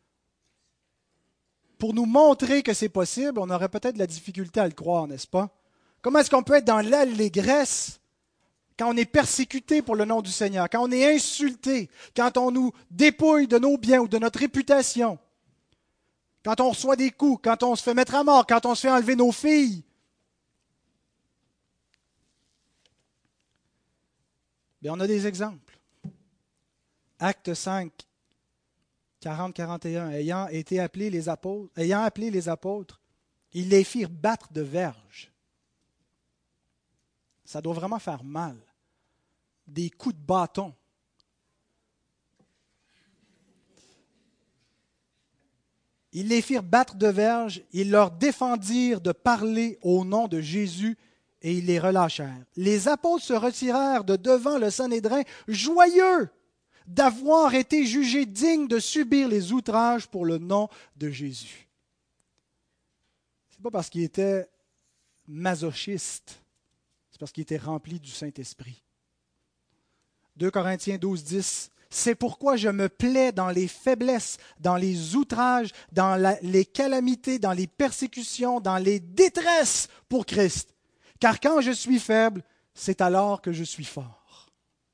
pour nous montrer que c'est possible, on aurait peut-être de la difficulté à le croire, n'est-ce pas? Comment est-ce qu'on peut être dans l'allégresse quand on est persécuté pour le nom du Seigneur, quand on est insulté, quand on nous dépouille de nos biens ou de notre réputation, quand on reçoit des coups, quand on se fait mettre à mort, quand on se fait enlever nos filles? Bien, on a des exemples. Acte 5, 40-41, ayant appelé les apôtres, ils les firent battre de verges. Ça doit vraiment faire mal. Des coups de bâton. Ils les firent battre de verges, ils leur défendirent de parler au nom de Jésus et ils les relâchèrent. Les apôtres se retirèrent de devant le Sanhédrin, joyeux d'avoir été jugés dignes de subir les outrages pour le nom de Jésus. Ce n'est pas parce qu'ils étaient masochistes. C'est parce qu'il était rempli du Saint-Esprit. 2 Corinthiens 12, 10. C'est pourquoi je me plais dans les faiblesses, dans les outrages, dans les calamités, dans les persécutions, dans les détresses pour Christ. Car quand je suis faible, c'est alors que je suis fort.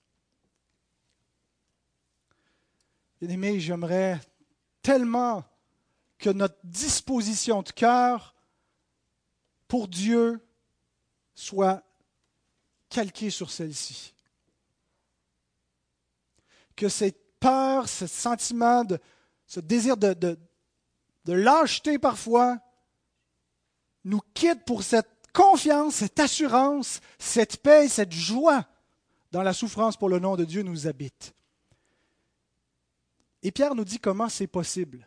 Bien-aimés, j'aimerais tellement que notre disposition de cœur pour Dieu soit calqué sur celle-ci. Que cette peur, ce sentiment, ce désir de lâcheté parfois, nous quitte pour cette confiance, cette assurance, cette paix, cette joie dans la souffrance pour le nom de Dieu nous habite. Et Pierre nous dit comment c'est possible.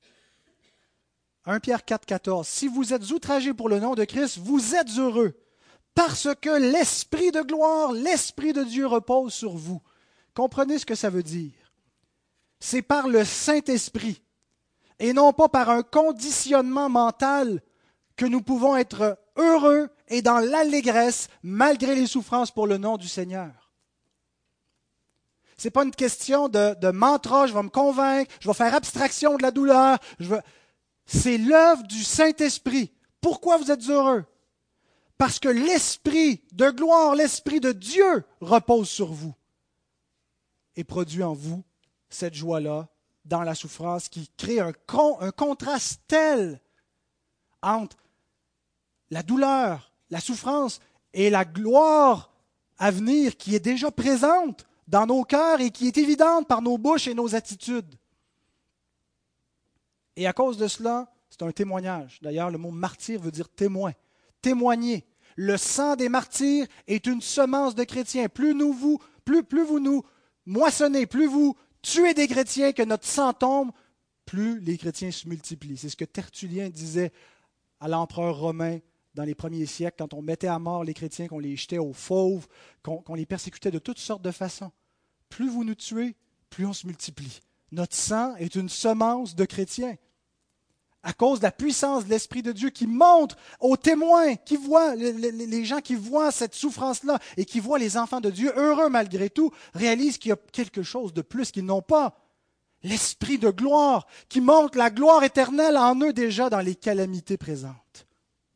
1 Pierre 4, 14. Si vous êtes outragés pour le nom de Christ, vous êtes heureux. Parce que l'Esprit de gloire, l'Esprit de Dieu repose sur vous. Comprenez ce que ça veut dire. C'est par le Saint-Esprit et non pas par un conditionnement mental que nous pouvons être heureux et dans l'allégresse malgré les souffrances pour le nom du Seigneur. Ce n'est pas une question de mantra, je vais me convaincre, je vais faire abstraction de la douleur. C'est l'œuvre du Saint-Esprit. Pourquoi vous êtes heureux? Parce que l'Esprit de gloire, l'Esprit de Dieu repose sur vous et produit en vous cette joie-là dans la souffrance qui crée un contraste tel entre la douleur, la souffrance et la gloire à venir qui est déjà présente dans nos cœurs et qui est évidente par nos bouches et nos attitudes. Et à cause de cela, c'est un témoignage. D'ailleurs, le mot martyr veut dire témoin. Témoigner. Le sang des martyrs est une semence de chrétiens. Plus vous nous moissonnez, plus vous tuez des chrétiens, que notre sang tombe, plus les chrétiens se multiplient. C'est ce que Tertullien disait à l'empereur romain dans les premiers siècles, quand on mettait à mort les chrétiens, qu'on les jetait aux fauves, qu'on les persécutait de toutes sortes de façons. Plus vous nous tuez, plus on se multiplie. Notre sang est une semence de chrétiens. À cause de la puissance de l'Esprit de Dieu qui montre aux témoins, qui voient, les gens qui voient cette souffrance-là et qui voient les enfants de Dieu heureux malgré tout, réalisent qu'il y a quelque chose de plus qu'ils n'ont pas. L'Esprit de gloire qui montre la gloire éternelle en eux déjà dans les calamités présentes.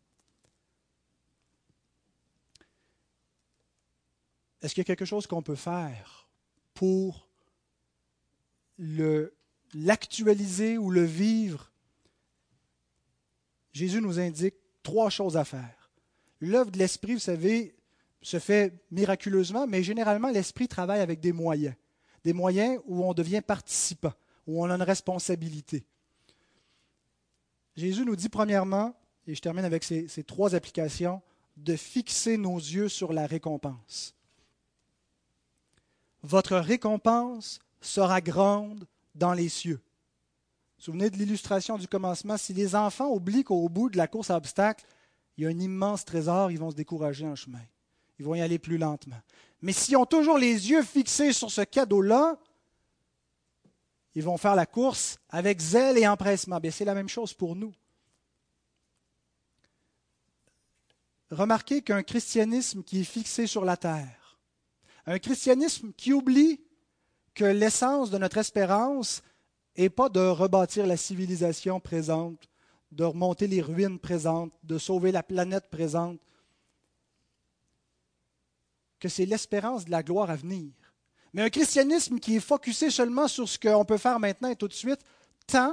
Est-ce qu'il y a quelque chose qu'on peut faire pour l'actualiser ou le vivre? Jésus nous indique 3 choses à faire. L'œuvre de l'Esprit, vous savez, se fait miraculeusement, mais généralement, l'Esprit travaille avec des moyens. Des moyens où on devient participant, où on a une responsabilité. Jésus nous dit premièrement, et je termine avec ces 3 applications, de fixer nos yeux sur la récompense. Votre récompense sera grande dans les cieux. Vous vous souvenez de l'illustration du commencement? Si les enfants oublient qu'au bout de la course à obstacles, il y a un immense trésor, ils vont se décourager en chemin. Ils vont y aller plus lentement. Mais s'ils ont toujours les yeux fixés sur ce cadeau-là, ils vont faire la course avec zèle et empressement. Bien, c'est la même chose pour nous. Remarquez qu'un christianisme qui est fixé sur la terre, un christianisme qui oublie que l'essence de notre espérance n'est pas de rebâtir la civilisation présente, de remonter les ruines présentes, de sauver la planète présente, que c'est l'espérance de la gloire à venir. Mais un christianisme qui est focusé seulement sur ce qu'on peut faire maintenant et tout de suite, tend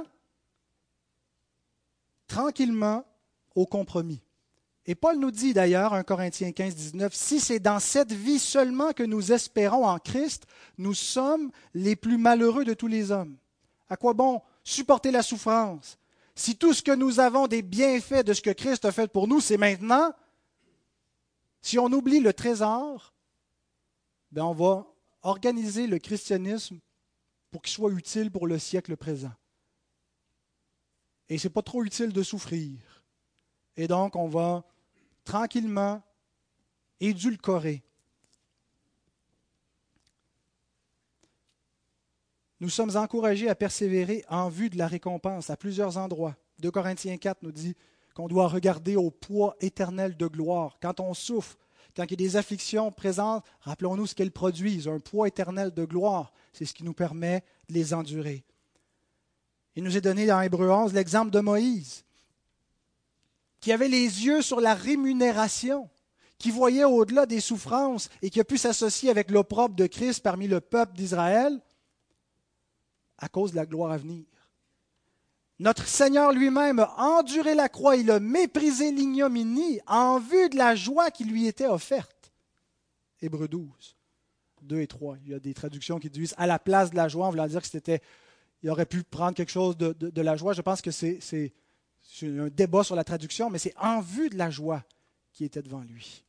tranquillement au compromis. Et Paul nous dit d'ailleurs, 1 Corinthiens 15, 19, « Si c'est dans cette vie seulement que nous espérons en Christ, nous sommes les plus malheureux de tous les hommes. À quoi bon supporter la souffrance? Si tout ce que nous avons des bienfaits de ce que Christ a fait pour nous, c'est maintenant, si on oublie le trésor, bien on va organiser le christianisme pour qu'il soit utile pour le siècle présent. Et ce n'est pas trop utile de souffrir. Et donc, on va tranquillement édulcorer. Nous sommes encouragés à persévérer en vue de la récompense à plusieurs endroits. 2 Corinthiens 4 nous dit qu'on doit regarder au poids éternel de gloire. Quand on souffre, quand il y a des afflictions présentes, rappelons-nous ce qu'elles produisent, un poids éternel de gloire. C'est ce qui nous permet de les endurer. Il nous est donné dans Hébreux 11 l'exemple de Moïse, qui avait les yeux sur la rémunération, qui voyait au-delà des souffrances et qui a pu s'associer avec l'opprobre de Christ parmi le peuple d'Israël à cause de la gloire à venir. Notre Seigneur lui-même a enduré la croix, il a méprisé l'ignominie en vue de la joie qui lui était offerte. Hébreux 12, 2 et 3. Il y a des traductions qui disent « à la place de la joie », en voulant dire que il aurait pu prendre quelque chose de la joie. Je pense que c'est un débat sur la traduction, mais c'est en vue de la joie qui était devant lui.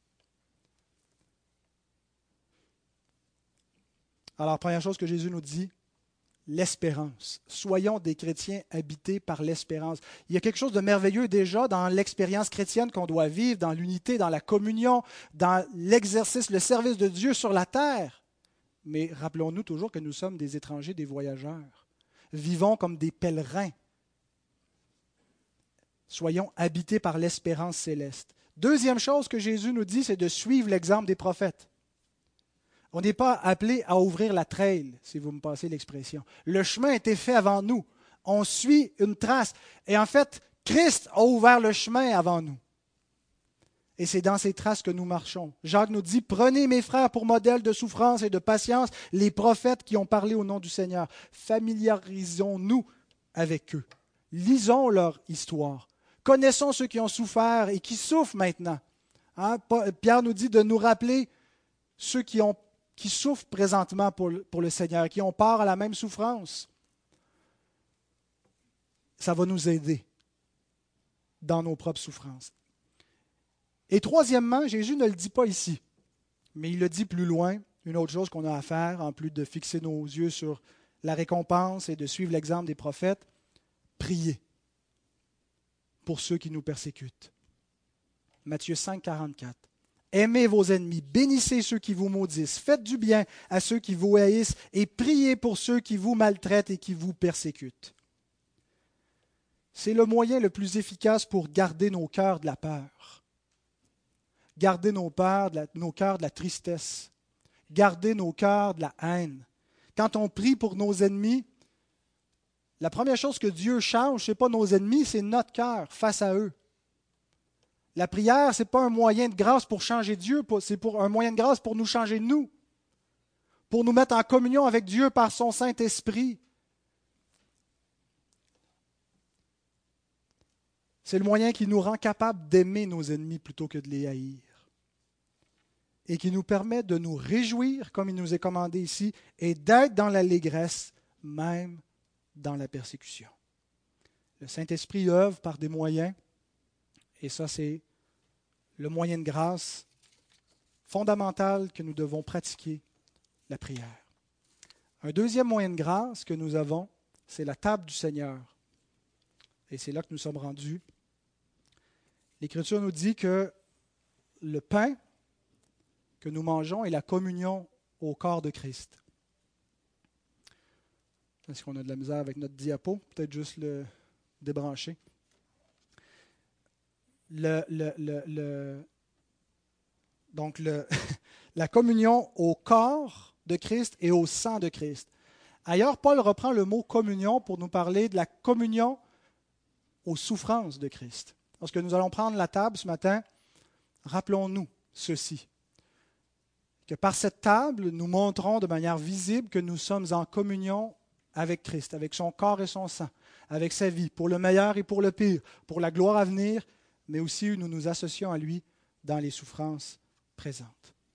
Alors, première chose que Jésus nous dit, l'espérance. Soyons des chrétiens habités par l'espérance. Il y a quelque chose de merveilleux déjà dans l'expérience chrétienne qu'on doit vivre, dans l'unité, dans la communion, dans l'exercice, le service de Dieu sur la terre. Mais rappelons-nous toujours que nous sommes des étrangers, des voyageurs. Vivons comme des pèlerins. Soyons habités par l'espérance céleste. Deuxième chose que Jésus nous dit, c'est de suivre l'exemple des prophètes. On n'est pas appelé à ouvrir la trail, si vous me passez l'expression. Le chemin a été fait avant nous. On suit une trace. Et en fait, Christ a ouvert le chemin avant nous. Et c'est dans ces traces que nous marchons. Jacques nous dit, prenez mes frères pour modèle de souffrance et de patience, les prophètes qui ont parlé au nom du Seigneur. Familiarisons-nous avec eux. Lisons leur histoire. Connaissons ceux qui ont souffert et qui souffrent maintenant. Hein? Pierre nous dit de nous rappeler ceux qui souffrent présentement pour le Seigneur, qui ont part à la même souffrance. Ça va nous aider dans nos propres souffrances. Et troisièmement, Jésus ne le dit pas ici, mais il le dit plus loin, une autre chose qu'on a à faire, en plus de fixer nos yeux sur la récompense et de suivre l'exemple des prophètes, prier pour ceux qui nous persécutent. Matthieu 5, 44. Aimez vos ennemis, bénissez ceux qui vous maudissent, faites du bien à ceux qui vous haïssent et priez pour ceux qui vous maltraitent et qui vous persécutent. C'est le moyen le plus efficace pour garder nos cœurs de la peur, garder nos cœurs de la tristesse, garder nos cœurs de la haine. Quand on prie pour nos ennemis, la première chose que Dieu change, ce n'est pas nos ennemis, c'est notre cœur face à eux. La prière, ce n'est pas un moyen de grâce pour changer Dieu, c'est un moyen de grâce pour nous changer nous, pour nous mettre en communion avec Dieu par son Saint-Esprit. C'est le moyen qui nous rend capables d'aimer nos ennemis plutôt que de les haïr. Et qui nous permet de nous réjouir, comme il nous est commandé ici, et d'être dans l'allégresse, même dans la persécution. Le Saint-Esprit œuvre par des moyens, et ça c'est le moyen de grâce fondamental que nous devons pratiquer, la prière. Un deuxième moyen de grâce que nous avons, c'est la table du Seigneur. Et c'est là que nous sommes rendus. L'Écriture nous dit que le pain que nous mangeons est la communion au corps de Christ. Est-ce qu'on a de la misère avec notre diapo? Peut-être juste le débrancher. Donc, la communion au corps de Christ et au sang de Christ. Ailleurs, Paul reprend le mot communion pour nous parler de la communion aux souffrances de Christ. Lorsque nous allons prendre la table ce matin, rappelons-nous ceci, que par cette table, nous montrons de manière visible que nous sommes en communion avec Christ, avec son corps et son sang, avec sa vie, pour le meilleur et pour le pire, pour la gloire à venir, mais aussi nous nous associons à lui dans les souffrances présentes.